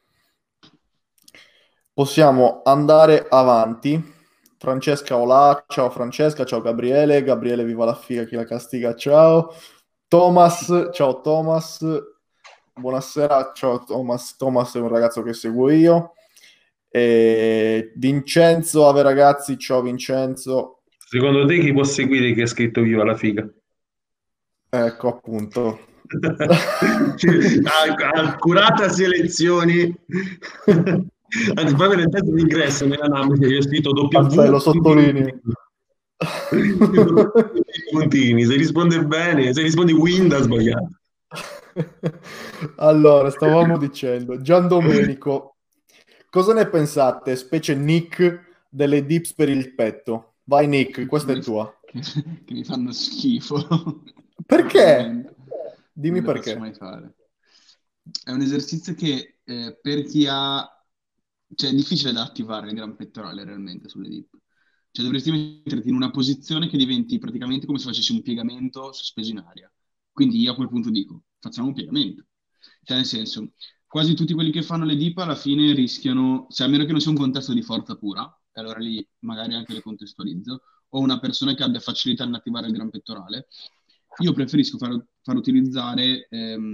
Possiamo andare avanti. Francesca, olà, ciao Francesca, ciao Gabriele, Gabriele viva la figa, chi la castiga, ciao. Thomas, ciao Thomas, buonasera, ciao Thomas, Thomas è un ragazzo che seguo io. E Vincenzo, ave ragazzi, ciao Vincenzo. Secondo te chi può seguire chi ha scritto viva la figa? Ecco appunto. Accurata selezioni. Anzi, poi per il test d'ingresso nella NAM io ho scritto Aspetta, lo sottolineo. puntini. Se risponde bene, se rispondi Wind ha sbagliato. Allora, stavamo dicendo, Gian Domenico, cosa ne pensate, specie Nick, delle dips per il petto? Vai Nick, questa è tua. Che mi fanno schifo. Perché? Dimmi Non le perché. faccio mai fare. È un esercizio che per chi ha... Cioè è difficile da attivare il gran pettorale realmente sulle dip. Cioè dovresti metterti in una posizione che diventi praticamente come se facessi un piegamento sospeso in aria. Quindi io a quel punto dico, facciamo un piegamento. Cioè nel senso, quasi tutti quelli che fanno le dip alla fine rischiano, cioè a meno che non sia un contesto di forza pura, e allora lì magari anche le contestualizzo, o una persona che abbia facilità in attivare il gran pettorale, io preferisco far utilizzare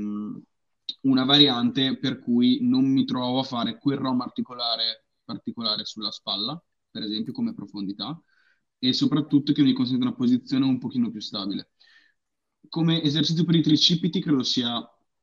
una variante per cui non mi trovo a fare quel ROM particolare sulla spalla, per esempio, come profondità, e soprattutto che mi consente una posizione un pochino più stabile. Come esercizio per i tricipiti credo sia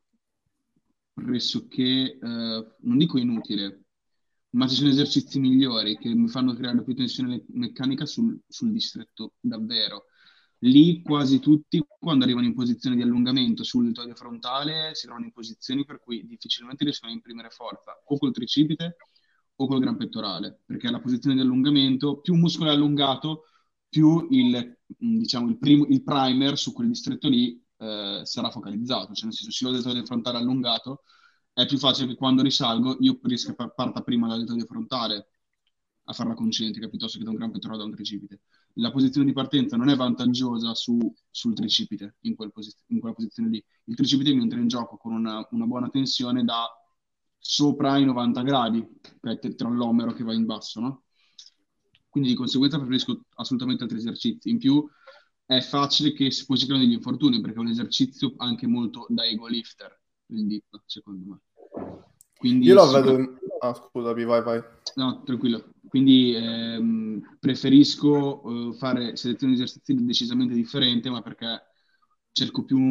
pressoché, non dico inutile, ma ci sono esercizi migliori che mi fanno creare più tensione meccanica sul distretto davvero. Lì quasi tutti, quando arrivano in posizione di allungamento sul deltoide frontale, si trovano in posizioni per cui difficilmente riescono a imprimere forza o col tricipite o col gran pettorale, perché la posizione di allungamento, più un muscolo è allungato, più il primer su quel distretto lì sarà focalizzato. Cioè, nel senso, se ho il deltoide frontale allungato, è più facile che quando risalgo io riesca a parta prima dal deltoide frontale a farla concentrica piuttosto che da un gran pettorale o da un tricipite. La posizione di partenza non è vantaggiosa sul tricipite in quella posizione lì. Il tricipite mi entra in gioco con una buona tensione da sopra i 90 gradi, tra l'omero che va in basso, no? Quindi di conseguenza preferisco assolutamente altri esercizi. In più è facile che si poi si creano degli infortuni, perché è un esercizio anche molto da ego lifter, il dip, secondo me. Quindi Io lo vedo... scusami, vai. No, tranquillo. Quindi preferisco fare selezioni di esercizi decisamente differenti, ma perché cerco più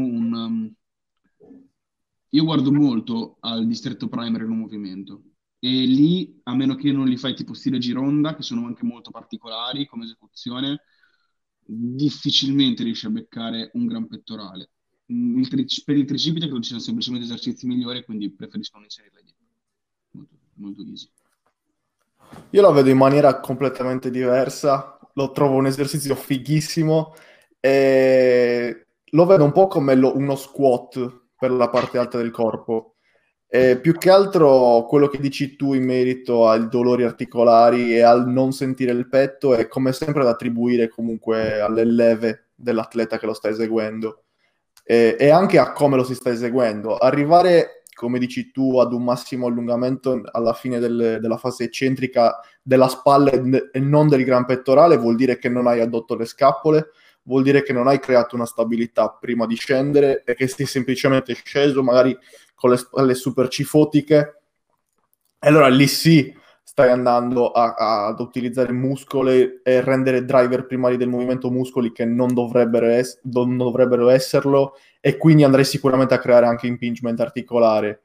io guardo molto al distretto primer in un movimento e lì, a meno che non li fai tipo stile Gironda, che sono anche molto particolari come esecuzione, difficilmente riesci a beccare un gran pettorale. Per il tricipite credo ci siano semplicemente esercizi migliori, quindi preferisco non inserirla dietro. Molto, molto easy. Io la vedo in maniera completamente diversa, lo trovo un esercizio fighissimo e lo vedo un po' come uno squat per la parte alta del corpo. Più che altro quello che dici tu in merito ai dolori articolari e al non sentire il petto è come sempre da attribuire comunque alle leve dell'atleta che lo sta eseguendo e anche a come lo si sta eseguendo. Arrivare, come dici tu, ad un massimo allungamento alla fine della fase eccentrica della spalla e non del gran pettorale vuol dire che non hai addotto le scappole, vuol dire che non hai creato una stabilità prima di scendere e che sei semplicemente sceso magari con le spalle super cifotiche, e allora lì sì stai andando ad utilizzare muscoli e rendere driver primari del movimento muscoli che non dovrebbero esserlo, e quindi andrei sicuramente a creare anche impingement articolare.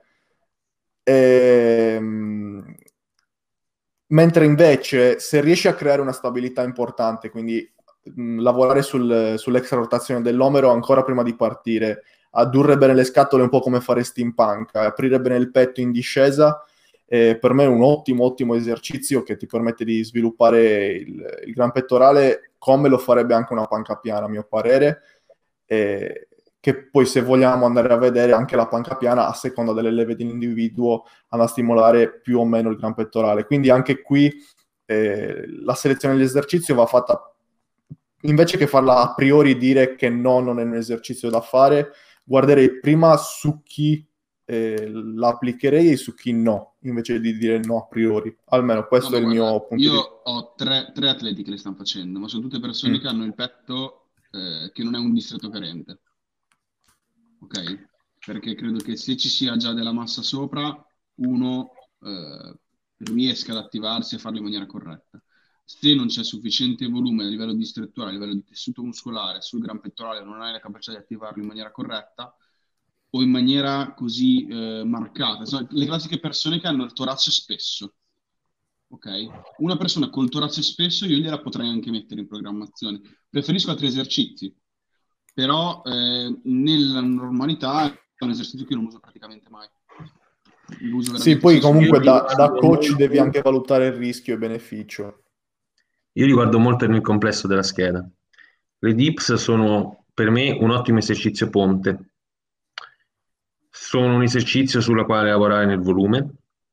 Mentre invece se riesci a creare una stabilità importante, quindi lavorare sull'extra rotazione dell'omero ancora prima di partire, addurre bene le scatole un po' come fare steampunk, aprire bene il petto in discesa, per me è un ottimo esercizio che ti permette di sviluppare il gran pettorale come lo farebbe anche una panca piana, a mio parere, che poi se vogliamo andare a vedere anche la panca piana a seconda delle leve dell'individuo andrà a stimolare più o meno il gran pettorale. Quindi anche qui la selezione dell'esercizio va fatta, invece che farla a priori e dire che no, non è un esercizio da fare, guarderei prima su chi la applicherei e su chi no, invece di dire no a priori. Almeno questo è il mio punto di vista. Io ho tre atleti che le stanno facendo, ma sono tutte persone che hanno il petto che non è un distretto carente. Ok? Perché credo che se ci sia già della massa sopra, uno riesca ad attivarsi e farlo in maniera corretta. Se non c'è sufficiente volume a livello distrettuale, a livello di tessuto muscolare, sul gran pettorale non hai la capacità di attivarlo in maniera corretta o in maniera così marcata. Sono le classiche persone che hanno il torace spesso. Ok? Una persona col torace spesso io gliela potrei anche mettere in programmazione. Preferisco altri esercizi, però nella normalità è un esercizio che non uso praticamente mai. Sì, poi comunque da coach devi anche valutare il rischio e beneficio. Io riguardo molto nel complesso della scheda. Le dips sono per me un ottimo esercizio ponte. Sono un esercizio sulla quale lavorare nel volume.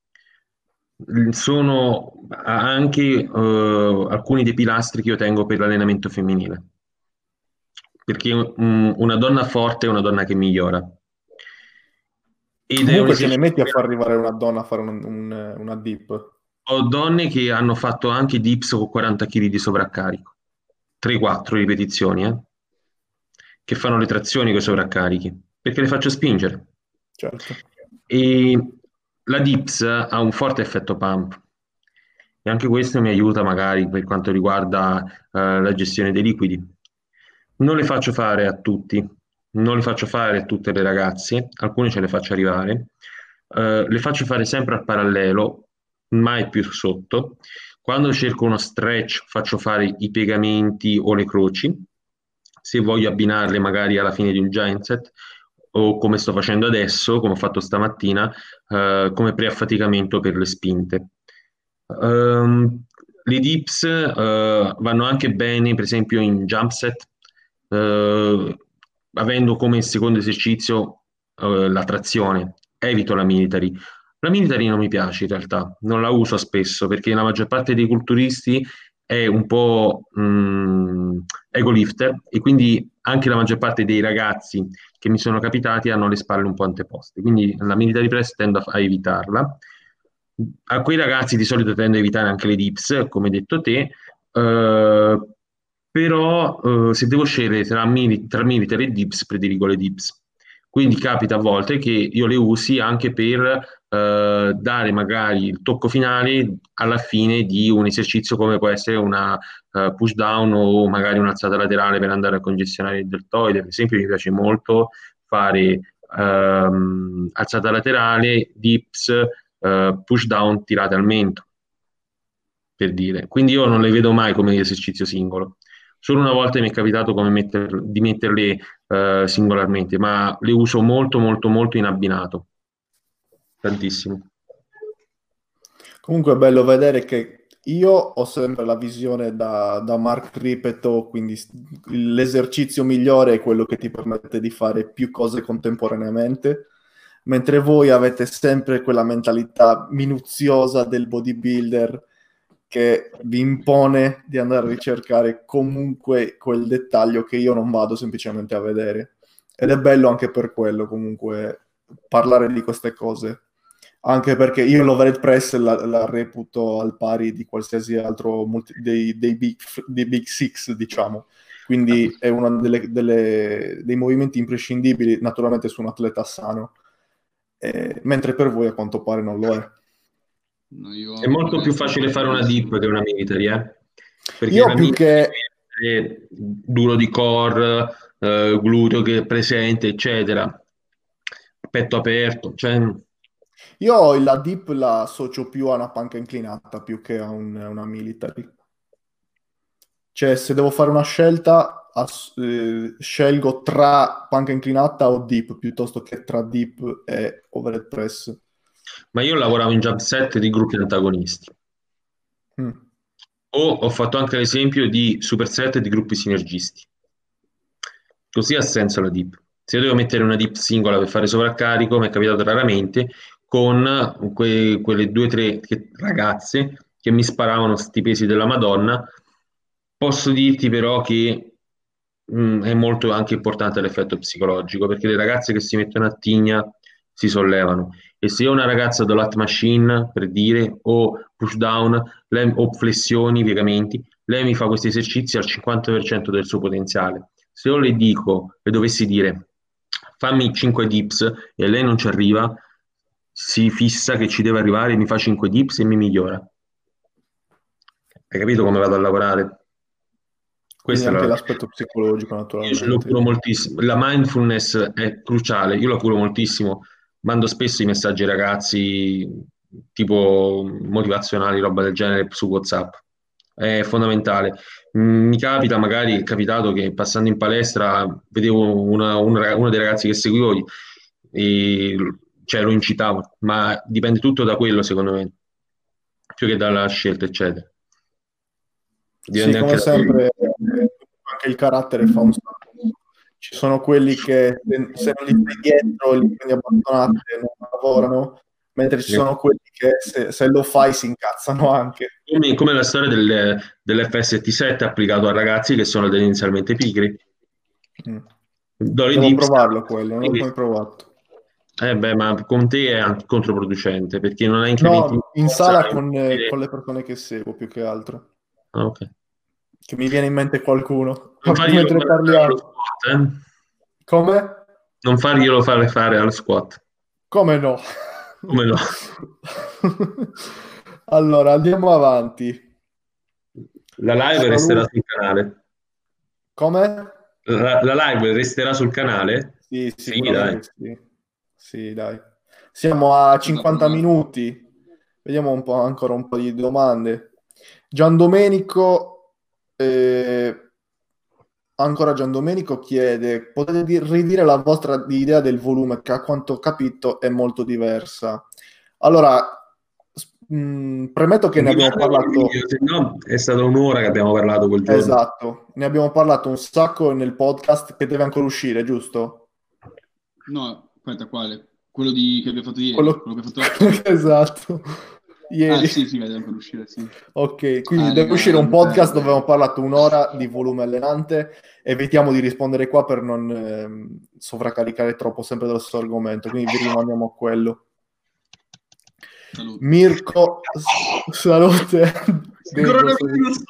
Sono anche alcuni dei pilastri che io tengo per l'allenamento femminile. Perché una donna forte è una donna che migliora. Ed comunque te ne metti a far arrivare una donna a fare una dip? Ho donne che hanno fatto anche dips con 40 kg di sovraccarico, 3-4 ripetizioni, che fanno le trazioni con i sovraccarichi, perché le faccio spingere. Certo. E la dips ha un forte effetto pump, e anche questo mi aiuta magari per quanto riguarda la gestione dei liquidi. Non le faccio fare a tutti, non le faccio fare a tutte le ragazze, alcune ce le faccio arrivare, le faccio fare sempre al parallelo, mai più sotto. Quando cerco uno stretch faccio fare i piegamenti o le croci, se voglio abbinarle magari alla fine di un giant set, o come sto facendo adesso, come ho fatto stamattina, come preaffaticamento per le spinte. Le dips vanno anche bene, per esempio, in jump set, avendo come secondo esercizio la trazione. Evito la military. La military non mi piace in realtà, non la uso spesso perché la maggior parte dei culturisti è un po' ego lifter, e quindi anche la maggior parte dei ragazzi che mi sono capitati hanno le spalle un po' anteposte, quindi la military press tendo a evitarla. A quei ragazzi di solito tendo a evitare anche le dips, come hai detto te, però se devo scegliere tra military e dips, prediligo le dips. Quindi capita a volte che io le usi anche per dare magari il tocco finale alla fine di un esercizio come può essere una push down o magari un'alzata laterale per andare a congestionare il deltoide. Per esempio mi piace molto fare alzata laterale, dips, push down tirate al mento, per dire. Quindi io non le vedo mai come esercizio singolo. Solo una volta mi è capitato di metterle singolarmente, ma le uso molto, molto, molto in abbinato. Tantissimo. Comunque è bello vedere che io ho sempre la visione da Mark Ripeto, quindi l'esercizio migliore è quello che ti permette di fare più cose contemporaneamente, mentre voi avete sempre quella mentalità minuziosa del bodybuilder che vi impone di andare a ricercare comunque quel dettaglio che io non vado semplicemente a vedere. Ed è bello anche per quello, comunque, parlare di queste cose. Anche perché io l'overhead press la reputo al pari di qualsiasi altro dei big six, diciamo. Quindi è uno dei movimenti imprescindibili, naturalmente, su un atleta sano. Mentre per voi a quanto pare non lo è. No, io È molto più sono facile fare una dip d'accordissimo. che una military, perché Io la più military che... deve essere duro di core, gluteo che è presente, eccetera, petto aperto, cioè, Io la dip la associo più a una panca inclinata più che a una military. Cioè, se devo fare una scelta, scelgo tra panca inclinata o dip piuttosto che tra dip e overhead press. ma io lavoravo in jump set di gruppi antagonisti. Mm. O ho fatto anche l'esempio di superset di gruppi sinergisti. Così ha senso la dip. Se io devo mettere una dip singola per fare sovraccarico, mi è capitato raramente con quelle due o tre ragazze che mi sparavano sti pesi della Madonna. Posso dirti però che è molto anche importante l'effetto psicologico, perché le ragazze che si mettono a tigna si sollevano. E se ho una ragazza do lat machine, per dire, o push down, o flessioni, piegamenti, lei mi fa questi esercizi al 50% del suo potenziale. Se io le dico, le dovessi dire, fammi 5 dips e lei non ci arriva, si fissa che ci deve arrivare, mi fa 5 dips e mi migliora. Hai capito come vado a lavorare? Quindi Questa è anche la... l'aspetto psicologico, Io ce lo naturalmente. curo moltissimo. La mindfulness è cruciale, io la curo moltissimo. Mando spesso i messaggi ai ragazzi, tipo motivazionali, roba del genere, su WhatsApp. È fondamentale. Mi capita, magari è capitato che passando in palestra vedevo uno dei ragazzi che seguivo e cioè, lo incitavo, ma dipende tutto da quello, secondo me, più che dalla scelta, eccetera. Sì, Dipende anche come da... sempre, anche il carattere fa un sacco. Ci sono quelli che se non li stai dietro, li prendi abbandonati e non lavorano, mentre ci sono quelli che se lo fai si incazzano anche. Come la storia dell'FST7 applicato a ragazzi che sono tendenzialmente pigri. Mm. Dolly Devo Dips, provarlo quello, non l'ho mai provato. beh, ma con te è anche controproducente perché non hai incrementi di No, in forza. sala con le persone che seguo più che altro. Ah, ok. Che mi viene in mente qualcuno Non farglielo mentre fare allo parliamo. squat, eh? Come? Non farglielo fare allo squat. Come no? Come no? Allora, andiamo avanti. La live resterà Saluto. sul canale. Come? La live resterà sul canale? Sì, Sì, dai. sicuramente sì. Sì, dai. Siamo a C'è da 50 provare. minuti. Vediamo un po', ancora un po' di domande. Gian Domenico, ancora Gian Domenico chiede, potete ridire la vostra idea del volume che a quanto ho capito è molto diversa. Allora, premetto che ne Mi abbiamo mandano il parlato, video, se no è stata un'ora che abbiamo parlato quel giorno. esatto, ne abbiamo parlato un sacco nel podcast che deve ancora uscire, giusto? No, aspetta, quale? Che abbiamo fatto ieri? Quello... Quello che hai fatto oggi? Esatto, Ah, ieri. sì, sì, deve ancora uscire, sì. Ok, quindi deve uscire un podcast dove Legante. abbiamo parlato un'ora di volume allenante. Evitiamo di rispondere qua per non sovraccaricare troppo sempre dello stesso argomento, quindi vi rimandiamo a quello. Salute. Mirko, salute. Dego, Coronavirus!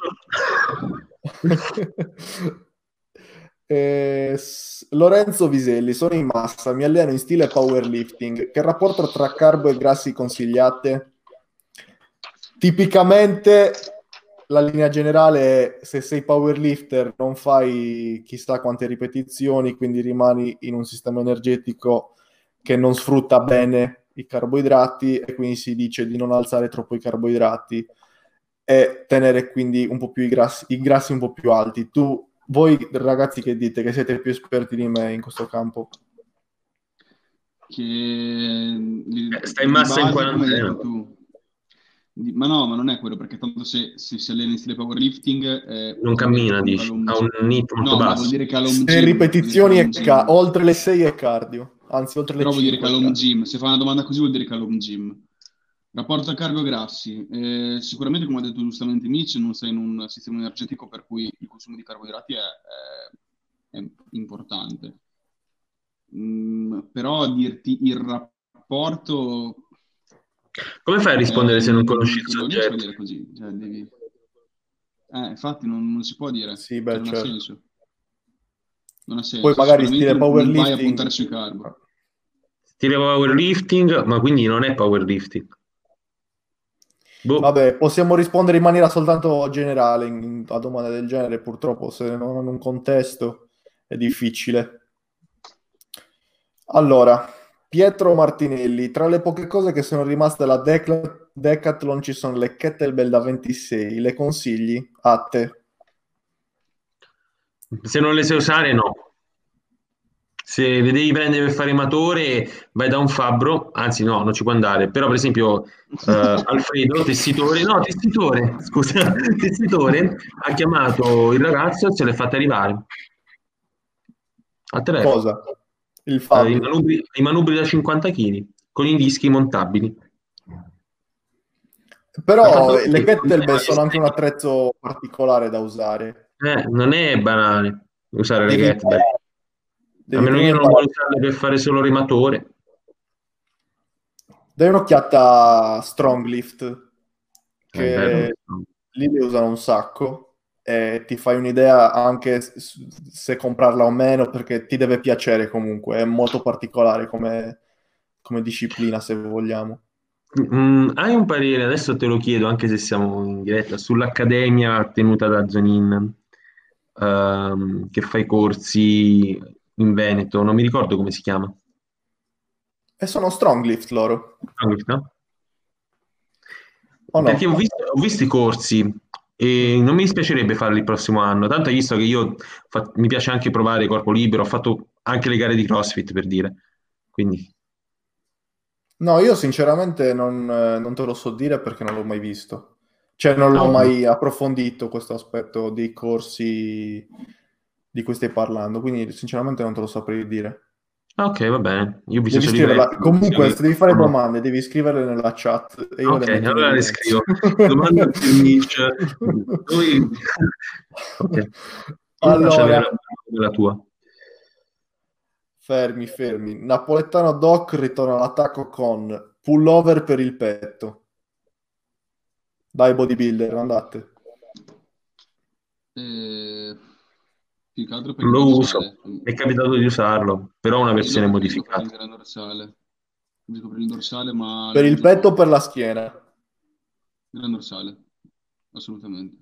Lorenzo Viselli, sono in massa, mi alleno in stile powerlifting. Che rapporto tra carbo e grassi consigliate? Tipicamente la linea generale è se sei powerlifter non fai chissà quante ripetizioni, quindi rimani in un sistema energetico che non sfrutta bene i carboidrati e quindi si dice di non alzare troppo i carboidrati. e tenere quindi un po' più i grassi un po' più alti. Voi ragazzi che dite, che siete più esperti di me in questo campo? Stai in Di massa in base, come hai quarantena. detto tu. Ma no, ma non è quello, perché tanto se si allena in stile powerlifting Non vuol dire che cammina, comunque dici, ha un NIT molto No, ma vuol basso. dire che ha l'home 6 gym. Vuol dire che ha ripetizioni l'home gym. oltre le 6 è cardio, anzi oltre le Però vuol dire 5 che ha è l'home cardio. gym. Se fa una domanda così vuol dire che ha l'home gym. Rapporto carbo-grassi. Sicuramente, come ha detto giustamente Mitch, non sei in un sistema energetico per cui il consumo di carboidrati è importante. Però dirti il rapporto... Come fai a rispondere se non conosci il non lo riesco a soggetto? dire così. Cioè, infatti non si può dire. Sì, Cioè, beh, non ha certo. senso. Non ha Poi senso. magari Sicuramente stile non vai a powerlifting. puntare sui carbo. Stile powerlifting, ma quindi non è powerlifting. Boh. Vabbè, possiamo rispondere in maniera soltanto generale a domande del genere, purtroppo se non hanno un contesto è difficile. Allora, Pietro Martinelli, tra le poche cose che sono rimaste alla Decathlon ci sono le kettlebell da 26, le consigli? A te. Se non le sai usare, no. Se le devi prendere per fare matore, vai da un fabbro, anzi no, non ci può andare. Però, per esempio, Alfredo, tessitore, scusa, tessitore, ha chiamato il ragazzo e se l'è fatta arrivare al telefono. Cosa? Il I fabbro. manubri da 50 kg con i dischi montabili. L'ha fatto Però lui, le kettlebell sono anche un attrezzo particolare da usare. non è banale usare le Devi, kettlebell. A devi meno che prima io non voglio imparare. usarle per fare solo rematore. Dai un'occhiata a Strong Lift, Bello. che lì le usano un sacco e ti fai un'idea anche se comprarla o meno, perché ti deve piacere comunque, è molto particolare come disciplina, se vogliamo. Hai un parere, adesso te lo chiedo, anche se siamo in diretta, sull'Accademia tenuta da Zonin, che fa i corsi in Veneto, non mi ricordo come si chiama. E sono Strong Lift loro, No? o Perché no? ho visto i corsi e non mi dispiacerebbe farli il prossimo anno. Tanto hai visto che mi piace anche provare corpo libero, ho fatto anche le gare di CrossFit per dire. Quindi, No, io sinceramente non te lo so dire perché non l'ho mai visto. Cioè, non l'ho ok, mai approfondito questo aspetto dei corsi di cui stai parlando, quindi sinceramente non te lo saprei dire. ok, va bene. Io ho visto Devi solo i scriverla. prezzi. Comunque, se devi fare Sono- domande, devi scriverle nella chat e io le Ok, metto in allora le evidenza. scrivo. Domanda per Mitch. Noi... Ok. Tu faccia Allora, la tua. fermi. Napoletano Doc ritorna all'attacco con pullover per il petto. Dai bodybuilder, andate. Più che altro per il Lo uso. dorsale. Mi è capitato di usarlo, però una versione Preferisco fare il modificata. gran dorsale. Preferisco per il dorsale, ma Per lo il uso petto o per poco. la schiena? Gran dorsale, assolutamente.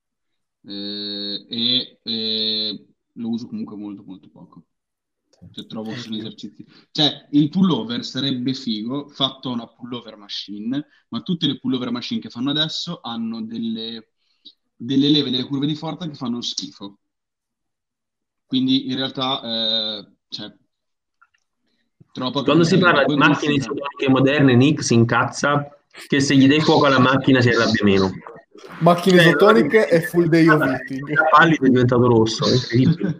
Lo uso comunque molto molto poco. Cioè, trovo che sono Anch'io. esercizi. Cioè, il pullover sarebbe figo fatto a una pullover machine, ma tutte le pullover machine che fanno adesso hanno delle leve, delle curve di forza che fanno schifo. Quindi in realtà, cioè, troppa Quando si capillarità. parla di Poi macchine modifica. isodoniche moderne, Nick si incazza che se gli dai fuoco alla macchina si arrabbia meno. Macchine Cioè, isotoniche e full day of eating. da pallido è diventato rosso, è incredibile.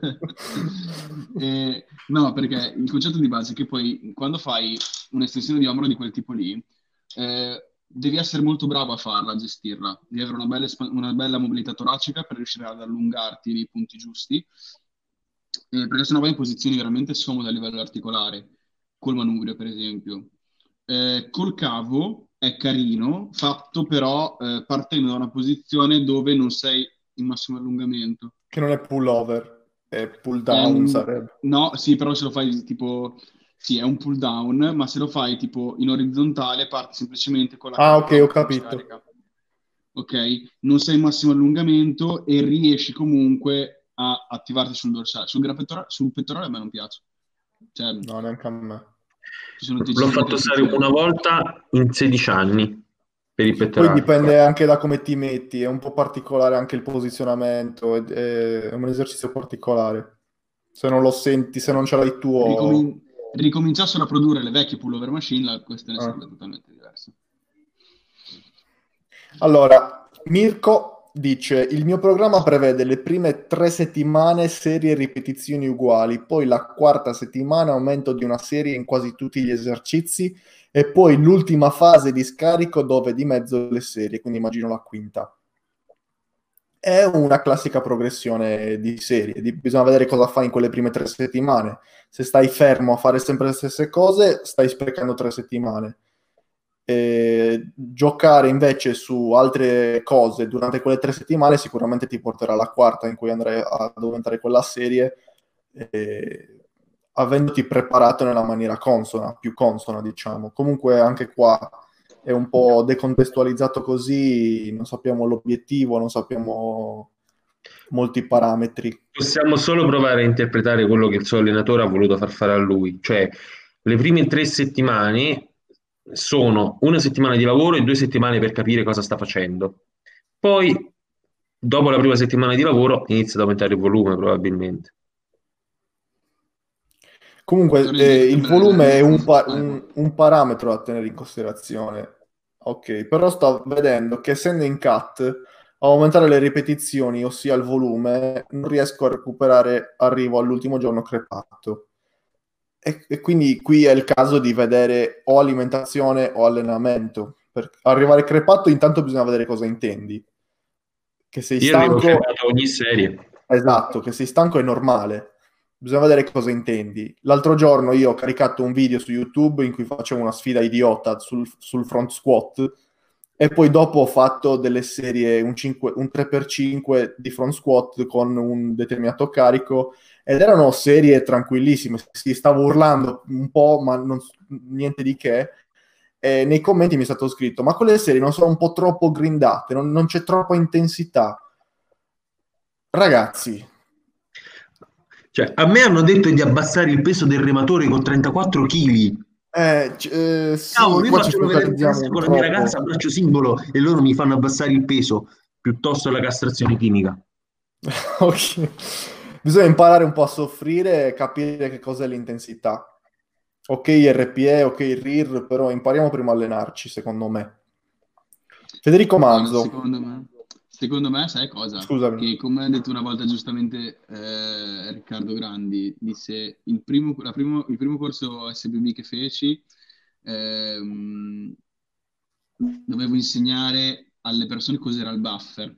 No, perché il concetto di base è che poi quando fai un'estensione di ombro di quel tipo lì, devi essere molto bravo a farla, a gestirla, devi avere una bella mobilità toracica per riuscire ad allungarti nei punti giusti, perché sennò vai in posizioni veramente scomode a livello articolare, col manubrio per esempio. Col cavo è carino, fatto però partendo da una posizione dove non sei in massimo allungamento. Che non è pullover, è pull down Un- sarebbe. No, sì, però se lo fai tipo... Sì, è un pull down, ma se lo fai tipo in orizzontale parti semplicemente con la Ah, ok, ho capocolonna che capito. scarica. Ok? Non sei in massimo allungamento e riesci comunque a attivarti sul dorsale. Sul pettorale a me non piace. Cioè, No, neanche a me. ci L'ho sono degli fatto stare esercizi una meglio. volta in 16 anni. per il Poi pettorale. dipende anche da come ti metti, è un po' particolare anche il posizionamento, è un esercizio particolare. Se non lo senti, se non ce l'hai tuo... Ricominciassero a produrre le vecchie pullover machine, la questione Ah. sarebbe totalmente diversa. Allora, Mirko dice: il mio programma prevede le prime 3 settimane serie e ripetizioni uguali, poi la quarta settimana aumento di una serie in quasi tutti gli esercizi e poi l'ultima fase di scarico dove di mezzo le serie, quindi immagino la quinta. È una classica progressione di serie, bisogna vedere cosa fai in quelle prime 3 settimane. Se stai fermo a fare sempre le stesse cose, stai sprecando 3 settimane. Giocare invece su altre cose durante quelle 3 settimane sicuramente ti porterà alla quarta in cui andrai ad aumentare quella serie, avendoti preparato nella maniera consona, più consona, diciamo. Comunque anche qua è un po' decontestualizzato così, non sappiamo l'obiettivo, non sappiamo molti parametri. Possiamo solo provare a interpretare quello che il suo allenatore ha voluto far fare a lui, cioè le prime 3 settimane sono una settimana di lavoro e 2 settimane per capire cosa sta facendo. Poi, dopo la prima settimana di lavoro, inizia ad aumentare il volume probabilmente. Comunque, Torno indietro, il sembra volume è vai. un parametro da tenere in considerazione. Ok, però sto vedendo che essendo in cut, a aumentare le ripetizioni, ossia il volume, non riesco a recuperare, arrivo all'ultimo giorno crepato. E quindi qui è il caso di vedere o alimentazione o allenamento. Per arrivare crepato, intanto bisogna vedere cosa intendi. Che sei Io arrivo stanco, crepato a ogni serie. esatto, che sei stanco è normale. Bisogna vedere cosa intendi. L'altro giorno io ho caricato un video su YouTube in cui facevo una sfida idiota sul front squat e poi dopo ho fatto delle serie, un 3x5 di front squat con un determinato carico ed erano serie tranquillissime. Si stavo urlando un po', ma niente di che. E nei commenti mi è stato scritto: ma quelle serie non sono un po' troppo grindate, non c'è troppa intensità. Ragazzi, Cioè, a me hanno detto di abbassare il peso del rematore con 34 kg. sì, Cavolo, io qua ci faccio vedere il focalizziamo test un con la mia ragazza troppo. a braccio singolo e loro mi fanno abbassare il peso piuttosto la castrazione chimica. Ok. Bisogna imparare un po' a soffrire e capire che cos'è l'intensità. Ok, RPE, ok, il RIR, però impariamo prima a allenarci, secondo me. Federico Guarda, Manzo, secondo me, sai cosa? scusami. Che come ha detto una volta giustamente Riccardo Grandi, disse il primo corso SBB che feci, ehm, dovevo insegnare alle persone cos'era il buffer.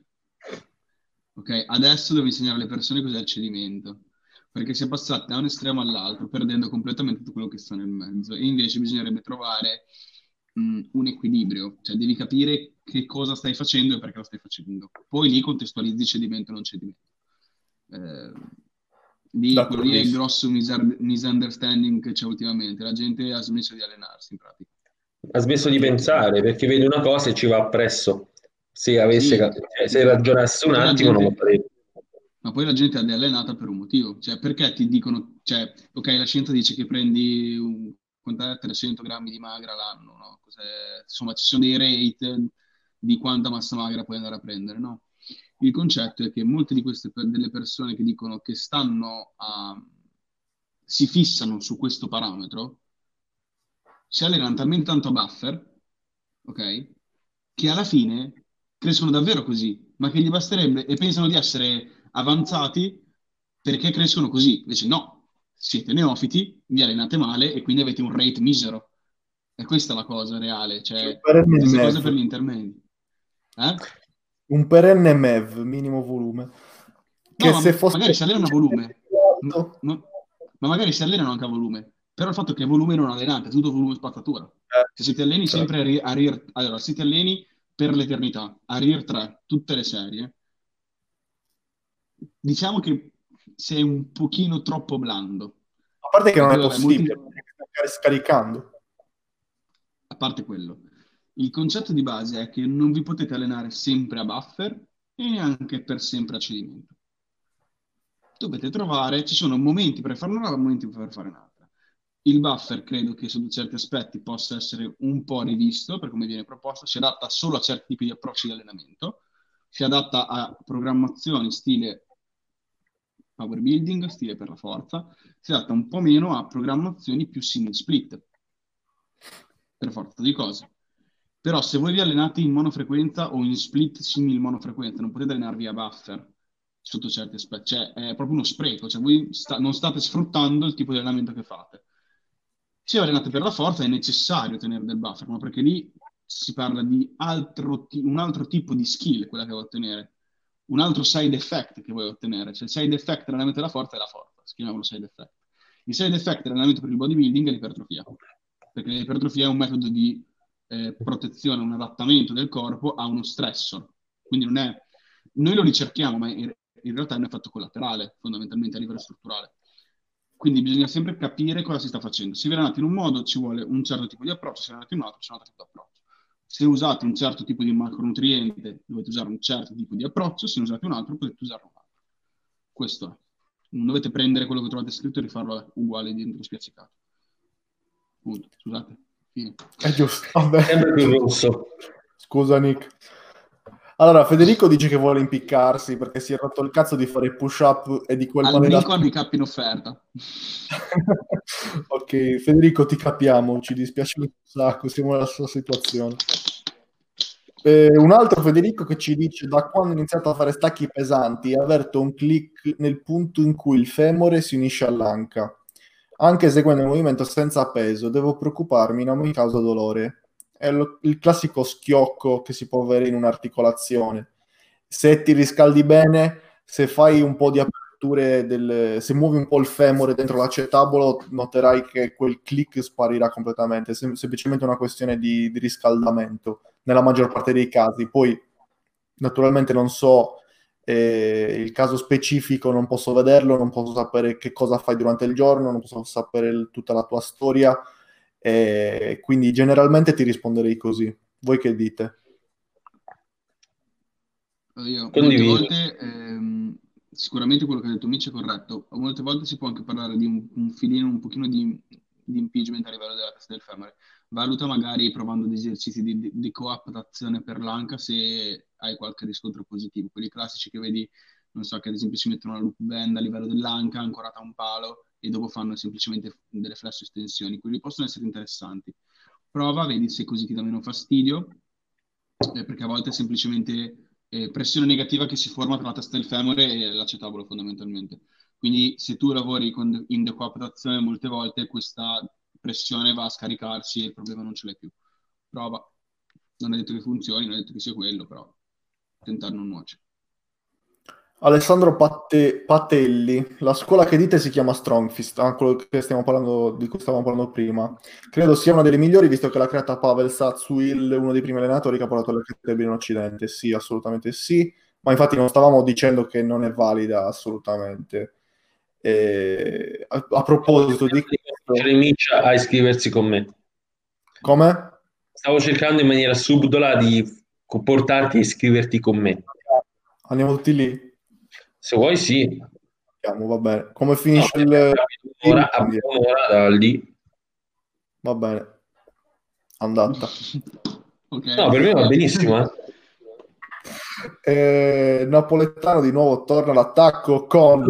Ok, adesso devo insegnare alle persone cos'è il cedimento, perché si è passati da un estremo all'altro, perdendo completamente tutto quello che sta nel mezzo. E invece bisognerebbe trovare un equilibrio, cioè devi capire che cosa stai facendo e perché lo stai facendo. Poi lì contestualizzi cedimento o non cedimento. Eh, quello lì è il D'accordissimo. grosso misunderstanding che c'è ultimamente. La gente ha smesso di allenarsi in pratica. Ha smesso di pensare perché vede una cosa e ci va appresso. Se avesse, Sì, se ragionasse ma un poi la attimo non lo gente, farebbe. ma poi la gente è allenata per un motivo, cioè perché ti dicono, cioè, ok, la scienza dice che prendi quant'è, 300 grammi di magra l'anno, no? Insomma, ci sono dei rate di quanta massa magra puoi andare a prendere, no? Il concetto è che molte di queste delle persone che dicono che si fissano su questo parametro, si allenano talmente tanto a buffer, ok? Che alla fine crescono davvero così, ma che gli basterebbe e pensano di essere avanzati perché crescono così. Invece no, siete neofiti, vi allenate male e quindi avete un rate misero. E questa è la cosa reale, Un cioè perenne stessa cosa per MEV. gli intermedi. Eh? Un perenne MEV, minimo volume. No, Che se fosse magari si allenano a volume, ma, alto, ma- ma magari si allenano anche a volume, però il fatto che volume non allenante, è tutto volume spazzatura. Se ti alleni certo. sempre a RIR, allora, se ti alleni per l'eternità, a RIR 3, tutte le serie, diciamo che sei un pochino troppo blando. A parte che E non è poi, vabbè, possibile, perché stai scaricando. a parte quello, il concetto di base è che non vi potete allenare sempre a buffer e neanche per sempre a cedimento. Dovete trovare, ci sono momenti per fare una roba, momenti per fare un'altra. Il buffer credo che sotto certi aspetti possa essere un po' rivisto per come viene proposto, si adatta solo a certi tipi di approcci di allenamento, si adatta a programmazioni stile power building, stile per la forza, si adatta un po' meno a programmazioni più single split, per forza di cose. Però se voi vi allenate in monofrequenza o in split simil monofrequenza, non potete allenarvi a buffer sotto certi aspetti, cioè è proprio uno spreco, cioè voi non state sfruttando il tipo di allenamento che fate. Se allenate per la forza è necessario tenere del buffer, ma perché lì si parla di un altro tipo di skill, quella che vuoi ottenere, un altro side effect che vuoi ottenere. Cioè il side effect dell'allenamento della forza è la forza, si chiamano side effect. Il side effect dell'allenamento per il bodybuilding è l'ipertrofia, perché l'ipertrofia è un metodo di protezione, un adattamento del corpo a uno stressor. Quindi non è... Noi lo ricerchiamo, ma in realtà è un effetto collaterale, fondamentalmente a livello strutturale. Quindi bisogna sempre capire cosa si sta facendo. Se vi allenate in un modo ci vuole un certo tipo di approccio, se vi allenate in un altro c'è un altro tipo di approccio. Se usate un certo tipo di macronutriente dovete usare un certo tipo di approccio, se ne usate un altro potete usare un altro. Questo è. Non dovete prendere quello che trovate scritto e rifarlo uguale dentro spiazzicato. Punto. Scusate. Fine. È giusto, vabbè. Sempre più rosso. Scusa Nick. Allora, Federico dice che vuole impiccarsi perché si è rotto il cazzo di fare push-up e di quel Al brico hanno i cappi in offerta. Ok, Federico, ti capiamo, ci dispiace un sacco, siamo nella sua situazione. Un altro Federico che ci dice: da quando ho iniziato a fare stacchi pesanti avverto un click nel punto in cui il femore si unisce all'anca. Anche eseguendo il movimento senza peso, devo preoccuparmi, non mi causa dolore. È il classico schiocco che si può avere in un'articolazione. Se ti riscaldi bene, se fai un po' di aperture, se muovi un po' il femore dentro l'acetabolo, noterai che quel click sparirà completamente. È semplicemente una questione di riscaldamento nella maggior parte dei casi. Poi, naturalmente, non so il caso specifico, non posso vederlo, non posso sapere che cosa fai durante il giorno, non posso sapere tutta la tua storia, quindi generalmente ti risponderei così. Voi che dite? Io, molte Condivido. volte, sicuramente quello che ha detto Mitch è corretto, molte volte si può anche parlare di un filino, un pochino di impingement a livello della testa del femore. Valuta magari provando degli esercizi di coaptazione per l'anca se hai qualche riscontro positivo. Quelli classici che vedi, non so, che ad esempio si mettono una loop band a livello dell'anca ancorata a un palo e dopo fanno semplicemente delle flesso estensioni. Quelli possono essere interessanti. Prova, vedi se così ti dà meno fastidio, perché a volte è semplicemente pressione negativa che si forma tra la testa del femore e l'acetabolo fondamentalmente. Quindi se tu lavori in decoaptazione molte volte questa pressione va a scaricarsi e il problema non ce l'hai più. Prova. Non è detto che funzioni, non è detto che sia quello, però tentare non nuoce. Alessandro Patelli, la scuola che dite si chiama Strongfist, quello che stiamo parlando, di cui stavamo parlando prima. Credo sia una delle migliori, visto che l'ha creata Pavel Satsuil, uno dei primi allenatori che ha portato le categorie in Occidente. Sì, assolutamente sì, ma infatti non stavamo dicendo che non è valida assolutamente. A proposito di questo... Inizia a iscriversi con me. Come? Stavo cercando in maniera subdola di portarti a iscriverti con me. Andiamo tutti lì? Se vuoi, sì. Andiamo, va bene. Come finisce il... abbiamo un'ora da lì. Va bene. Andata. Okay. No, per me va benissimo. Napoletano di nuovo torna all'attacco con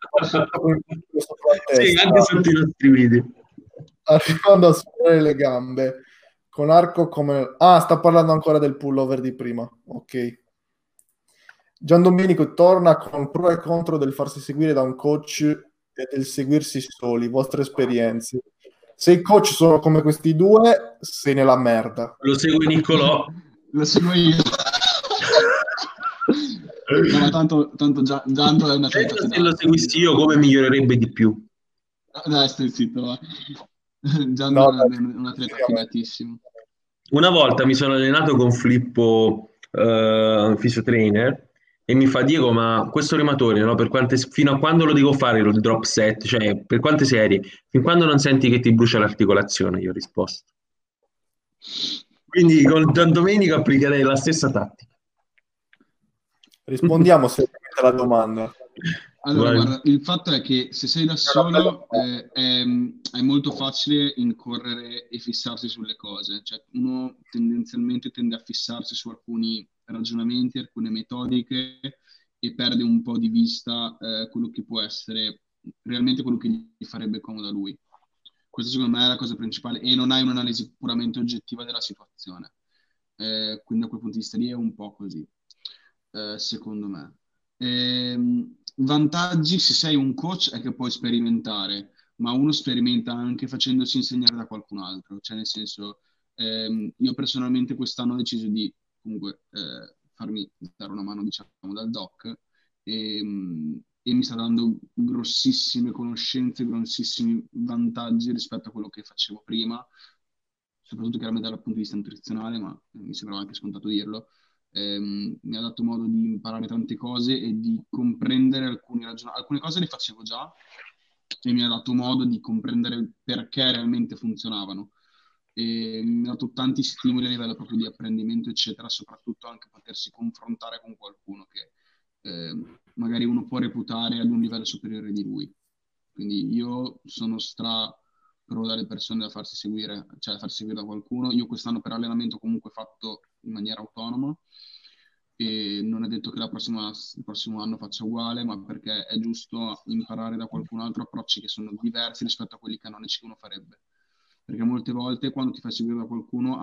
sì, anche sotto i nostri video, arrivando a sfondare le gambe con arco come sta parlando ancora del pullover di prima. Ok. Gian Domenico torna con pro e contro del farsi seguire da un coach e del seguirsi soli, vostre esperienze. Se i coach sono come questi due, sei nella merda. Lo segue Niccolò. Lo seguo io. No, ma tanto Giando è una atleta. Se lo seguissi io, come migliorerebbe di più? Dai, stai zitto, va. Giando è un atleta figatissimo. Una volta mi sono allenato con Filippo, un fisiotrainer, e mi fa: Diego, ma questo rematore, no, fino a quando lo devo fare il drop set? Cioè, per quante serie? Fin quando non senti che ti brucia l'articolazione, io ho risposto. Quindi con Gian Domenico applicherei la stessa tattica. Rispondiamo seriamente alla domanda. Allora, Vai. guarda, il fatto è che se sei da solo è molto facile incorrere e fissarsi sulle cose. Cioè, uno tendenzialmente tende a fissarsi su alcuni ragionamenti, alcune metodiche e perde un po' di vista quello che può essere realmente quello che gli farebbe comodo a lui. Questa secondo me è la cosa principale e non hai un'analisi puramente oggettiva della situazione. Quindi da quel punto di vista lì è un po' così, secondo me. Vantaggi se sei un coach è che puoi sperimentare, ma uno sperimenta anche facendosi insegnare da qualcun altro. Cioè, nel senso, io personalmente quest'anno ho deciso di comunque farmi dare una mano, diciamo, dal doc e mi sta dando grossissime conoscenze, grossissimi vantaggi rispetto a quello che facevo prima, soprattutto chiaramente dal punto di vista nutrizionale, ma mi sembrava anche scontato dirlo. Mi ha dato modo di imparare tante cose e di comprendere alcune cose le facevo già e mi ha dato modo di comprendere perché realmente funzionavano. E mi ha dato tanti stimoli a livello proprio di apprendimento, eccetera, soprattutto anche potersi confrontare con qualcuno che magari uno può reputare ad un livello superiore di lui. Quindi io sono pro dalle persone da farsi seguire, cioè da farsi seguire da qualcuno. Io quest'anno per allenamento comunque fatto in maniera autonoma e non è detto che il prossimo anno faccia uguale, ma perché è giusto imparare da qualcun altro approcci che sono diversi rispetto a quelli canonici che uno farebbe. Perché molte volte quando ti fai seguire da qualcuno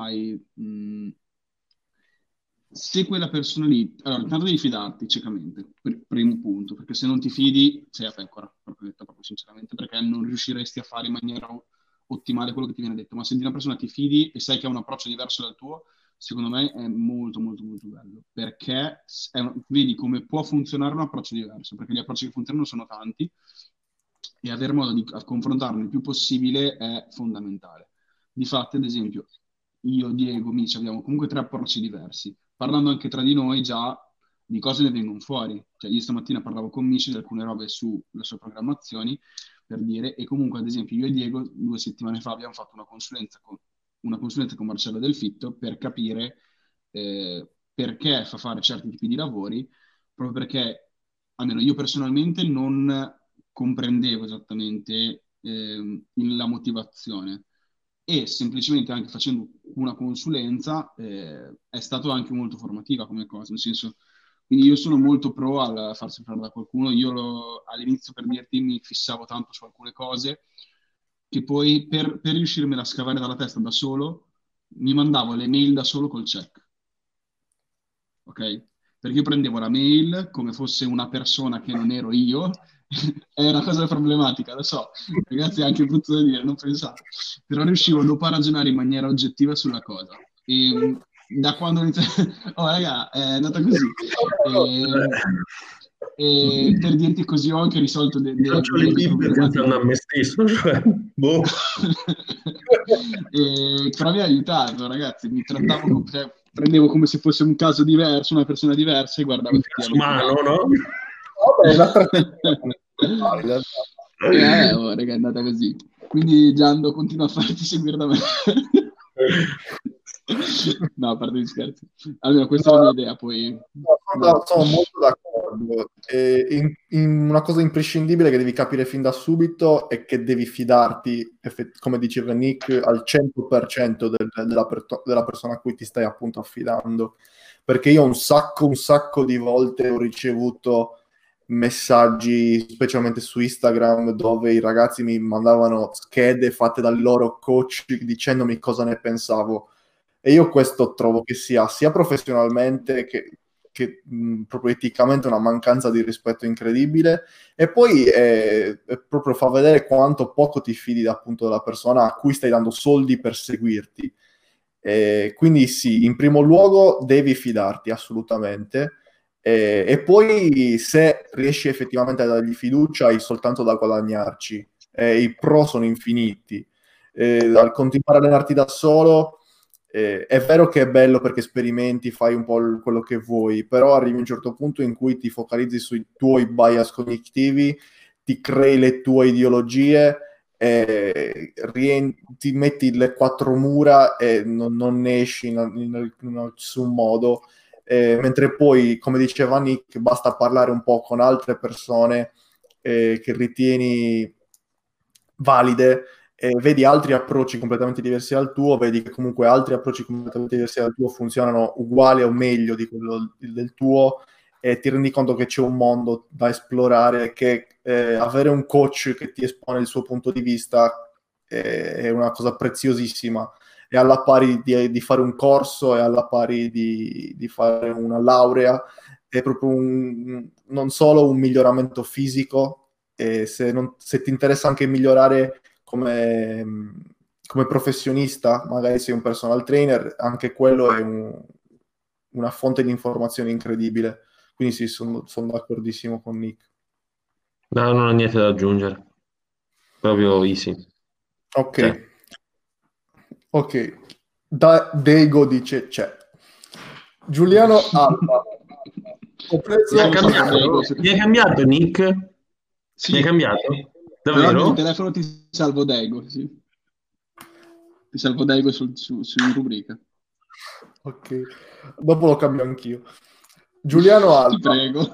se quella persona lì, allora intanto devi fidarti ciecamente, primo punto, perché se non ti fidi sei a pecora, proprio detto proprio sinceramente, perché non riusciresti a fare in maniera ottimale quello che ti viene detto, ma se di una persona ti fidi e sai che ha un approccio diverso dal tuo, secondo me è molto molto molto bello, perché vedi come può funzionare un approccio diverso, perché gli approcci che funzionano sono tanti e avere modo di confrontarne il più possibile è fondamentale. Difatti, ad esempio, io, Diego, Mici abbiamo comunque 3 approcci diversi. Parlando anche tra di noi già di cose ne vengono fuori. Cioè, io stamattina parlavo con Mici di alcune robe sulle sue programmazioni, per dire, e comunque, ad esempio, io e Diego 2 settimane fa abbiamo fatto una consulenza con Marcello Del Fitto per capire perché fa fare certi tipi di lavori, proprio perché, almeno io personalmente, non comprendevo esattamente la motivazione e semplicemente anche facendo una consulenza è stato anche molto formativa come cosa, nel senso, quindi io sono molto pro al farsi fare da qualcuno, all'inizio per dirti mi fissavo tanto su alcune cose che poi per riuscirmela a scavare dalla testa da solo mi mandavo le mail da solo col check, ok? Perché io prendevo la mail come fosse una persona che non ero io, è una cosa problematica, lo so, ragazzi è anche brutto da dire, non pensate, però riuscivo dopo a ragionare in maniera oggettiva sulla cosa. E da quando ho iniziato... Oh raga, è andata così. E per dirti così ho anche risolto Faccio le delle pippe pensando a me stesso, cioè, boh. Però mi ha aiutato, ragazzi. Cioè, prendevo come se fosse un caso diverso, una persona diversa e guardavo Un caso effettivamente. umano, no? Vabbè, la strategia. Oh, raga, è andata così. Quindi Giando continua a farti seguire da me. No, a parte gli scherzi. Allora, questa è la mia idea, poi... Sono molto d'accordo. In una cosa imprescindibile che devi capire fin da subito è che devi fidarti, come diceva Nick, al 100% della persona a cui ti stai appunto affidando. Perché io un sacco di volte ho ricevuto messaggi, specialmente su Instagram, dove i ragazzi mi mandavano schede fatte dal loro coach dicendomi cosa ne pensavo. E io questo trovo che sia professionalmente che proprio eticamente una mancanza di rispetto incredibile, e poi proprio fa vedere quanto poco ti fidi appunto della persona a cui stai dando soldi per seguirti. Quindi sì, in primo luogo devi fidarti assolutamente, e poi se riesci effettivamente a dargli fiducia hai soltanto da guadagnarci. I pro sono infiniti. Al continuare a allenarti da solo, è vero che è bello perché sperimenti, fai un po' quello che vuoi, però arrivi a un certo punto in cui ti focalizzi sui tuoi bias cognitivi, ti crei le tue ideologie, ti metti le 4 mura e non esci in nessun modo, mentre poi, come diceva Nick, basta parlare un po' con altre persone che ritieni valide, e vedi altri approcci completamente diversi dal tuo, vedi che comunque altri approcci completamente diversi dal tuo funzionano uguali o meglio di quello del tuo, e ti rendi conto che c'è un mondo da esplorare, che avere un coach che ti espone il suo punto di vista è una cosa preziosissima. È alla pari di fare un corso, è alla pari di fare una laurea, è proprio non solo un miglioramento fisico, e se ti interessa anche migliorare come professionista, magari sei un personal trainer, anche quello è una fonte di informazione incredibile. Quindi sì, sono d'accordissimo con Nick. No, non ho niente da aggiungere. Proprio easy. Ok, Cioè, ok. Dego dice c'è. Giuliano Alba. Ho preso... mi ha Non so se cambiato? Dego... Mi hai cambiato, Nick? Mi hai Sì, cambiato? però nel Davvero? telefono ti salvo Dego, sì. Ti salvo Dego in rubrica. Ok, dopo lo cambio anch'io. Giuliano Ti Alba. prego.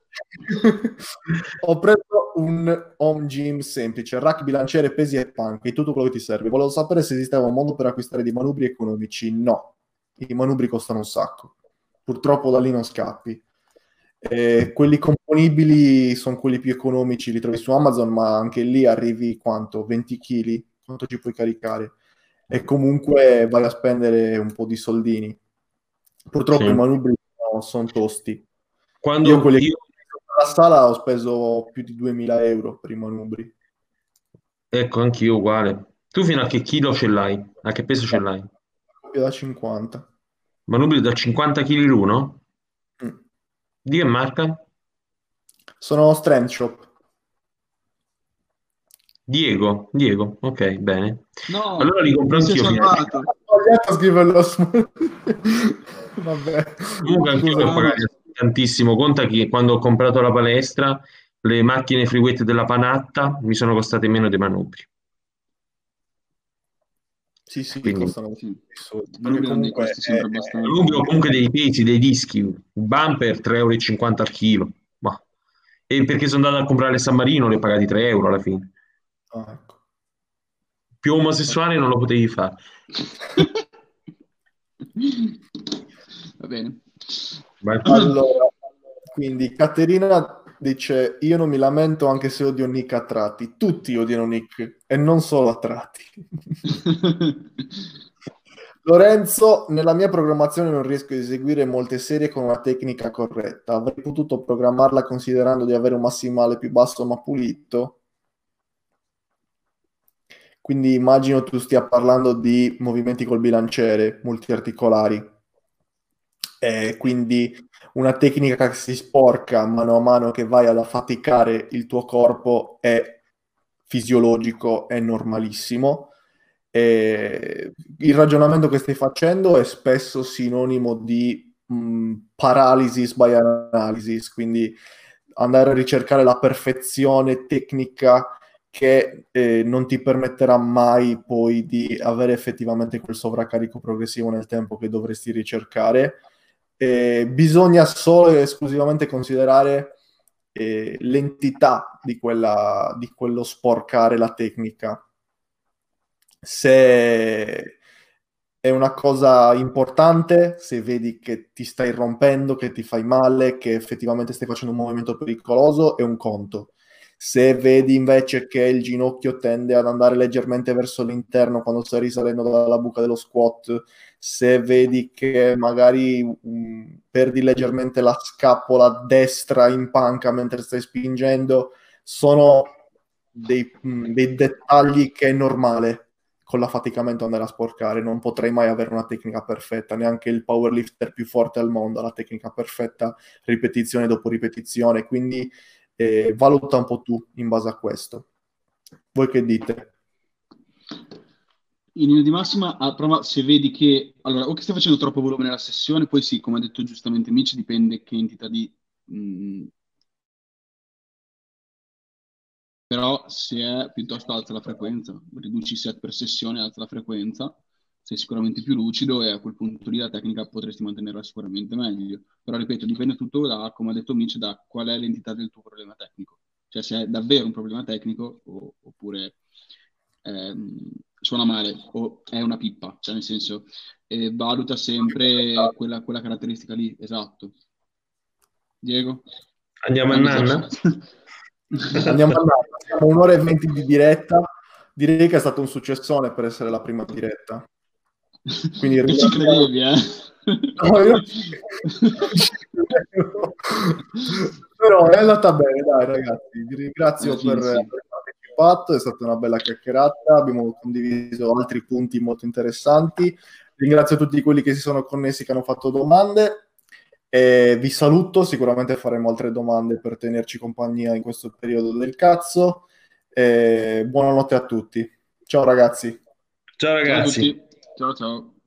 Ho preso un home gym semplice, rack, bilanciere, pesi e panchi, tutto quello che ti serve. Volevo sapere se esisteva un modo per acquistare dei manubri economici. No, i manubri costano un sacco. Purtroppo da lì non scappi. Quelli componibili sono quelli più economici, li trovi su Amazon, ma anche lì arrivi quanto? 20 kg? Quanto ci puoi caricare? E comunque vai a spendere un po' di soldini. Purtroppo i Sì. manubri sono tosti. Io Quando quelli io, alla sala ho speso più di 2000 euro per i manubri. ecco, anch'io uguale. Tu fino a che chilo ce l'hai? A che peso ce l'hai? Più da 50. Manubri da 50 kg l'uno? Mm. Di che marca? Sono Strength Shop. Diego, ok, bene. No, Allora li compro non si è anch'io fino a... salvato. Ho sbagliato a scriverlo Vabbè, Comunque anch'io li ho No, no. pagati tantissimo. Conta che quando ho comprato la palestra, le macchine free weight della Panatta mi sono costate meno dei manubri. sì, sì, Quindi costano Sì. soldi, I perché manubri hanno dei comunque costi sempre manubri o abbastanza... comunque dei pesi, dei dischi, il bumper 3,50 euro al chilo. Ma... E perché sono andato a comprare il San Marino, li ho pagati 3 euro alla fine. ah, ecco. Più omosessuale non lo potevi fare. Va bene. Vai. Allora, quindi Caterina dice: Io non mi lamento anche se odio Nick a tratti. Tutti odiano Nick e non solo a tratti. Lorenzo, nella mia programmazione non riesco a eseguire molte serie con una tecnica corretta. Avrei potuto programmarla considerando di avere un massimale più basso ma pulito. Quindi immagino tu stia parlando di movimenti col bilanciere multiarticolari. Quindi una tecnica che si sporca mano a mano che vai ad affaticare il tuo corpo è fisiologico, è normalissimo. Il ragionamento che stai facendo è spesso sinonimo di paralysis by analysis, quindi andare a ricercare la perfezione tecnica che non ti permetterà mai poi di avere effettivamente quel sovraccarico progressivo nel tempo che dovresti ricercare. Bisogna solo e esclusivamente considerare l'entità di quello sporcare la tecnica. Se è una cosa importante, se vedi che ti stai rompendo, che ti fai male, che effettivamente stai facendo un movimento pericoloso, è un conto. Se vedi invece che il ginocchio tende ad andare leggermente verso l'interno quando stai risalendo dalla buca dello squat, se vedi che magari perdi leggermente la scappola destra in panca mentre stai spingendo, sono dei dettagli che è normale con l'affaticamento andare a sporcare. Non potrei mai avere una tecnica perfetta, neanche il powerlifter più forte al mondo ha la tecnica perfetta, ripetizione dopo ripetizione, quindi valuta un po' tu in base a questo. Voi che dite? In linea di massima, prova se vedi che allora, o che stai facendo troppo volume nella sessione, poi sì, come ha detto giustamente Mitch, dipende che entità di però se è piuttosto alta la frequenza, riduci i set per sessione, alza la frequenza, sei sicuramente più lucido e a quel punto lì la tecnica potresti mantenerla sicuramente meglio. Però ripeto, dipende tutto da, come ha detto Mitch, da qual è l'entità del tuo problema tecnico. cioè se è davvero un problema tecnico oppure suona male o è una pippa, cioè nel senso valuta sempre quella caratteristica lì, esatto. Diego? Andiamo a Nanna? Andiamo a Nanna, siamo 1 ora e 20 di diretta, direi che è stato un successone per essere la prima diretta. Quindi che ci credevi, No, io... Però è andata bene, dai ragazzi, vi ringrazio per aver partecipato, è stata una bella chiacchierata, abbiamo condiviso altri punti molto interessanti, ringrazio tutti quelli che si sono connessi, che hanno fatto domande, e vi saluto, sicuramente faremo altre domande per tenerci compagnia in questo periodo del cazzo, e buonanotte a tutti, ciao ragazzi. Ciao ragazzi. Ciao a tutti, ciao ciao.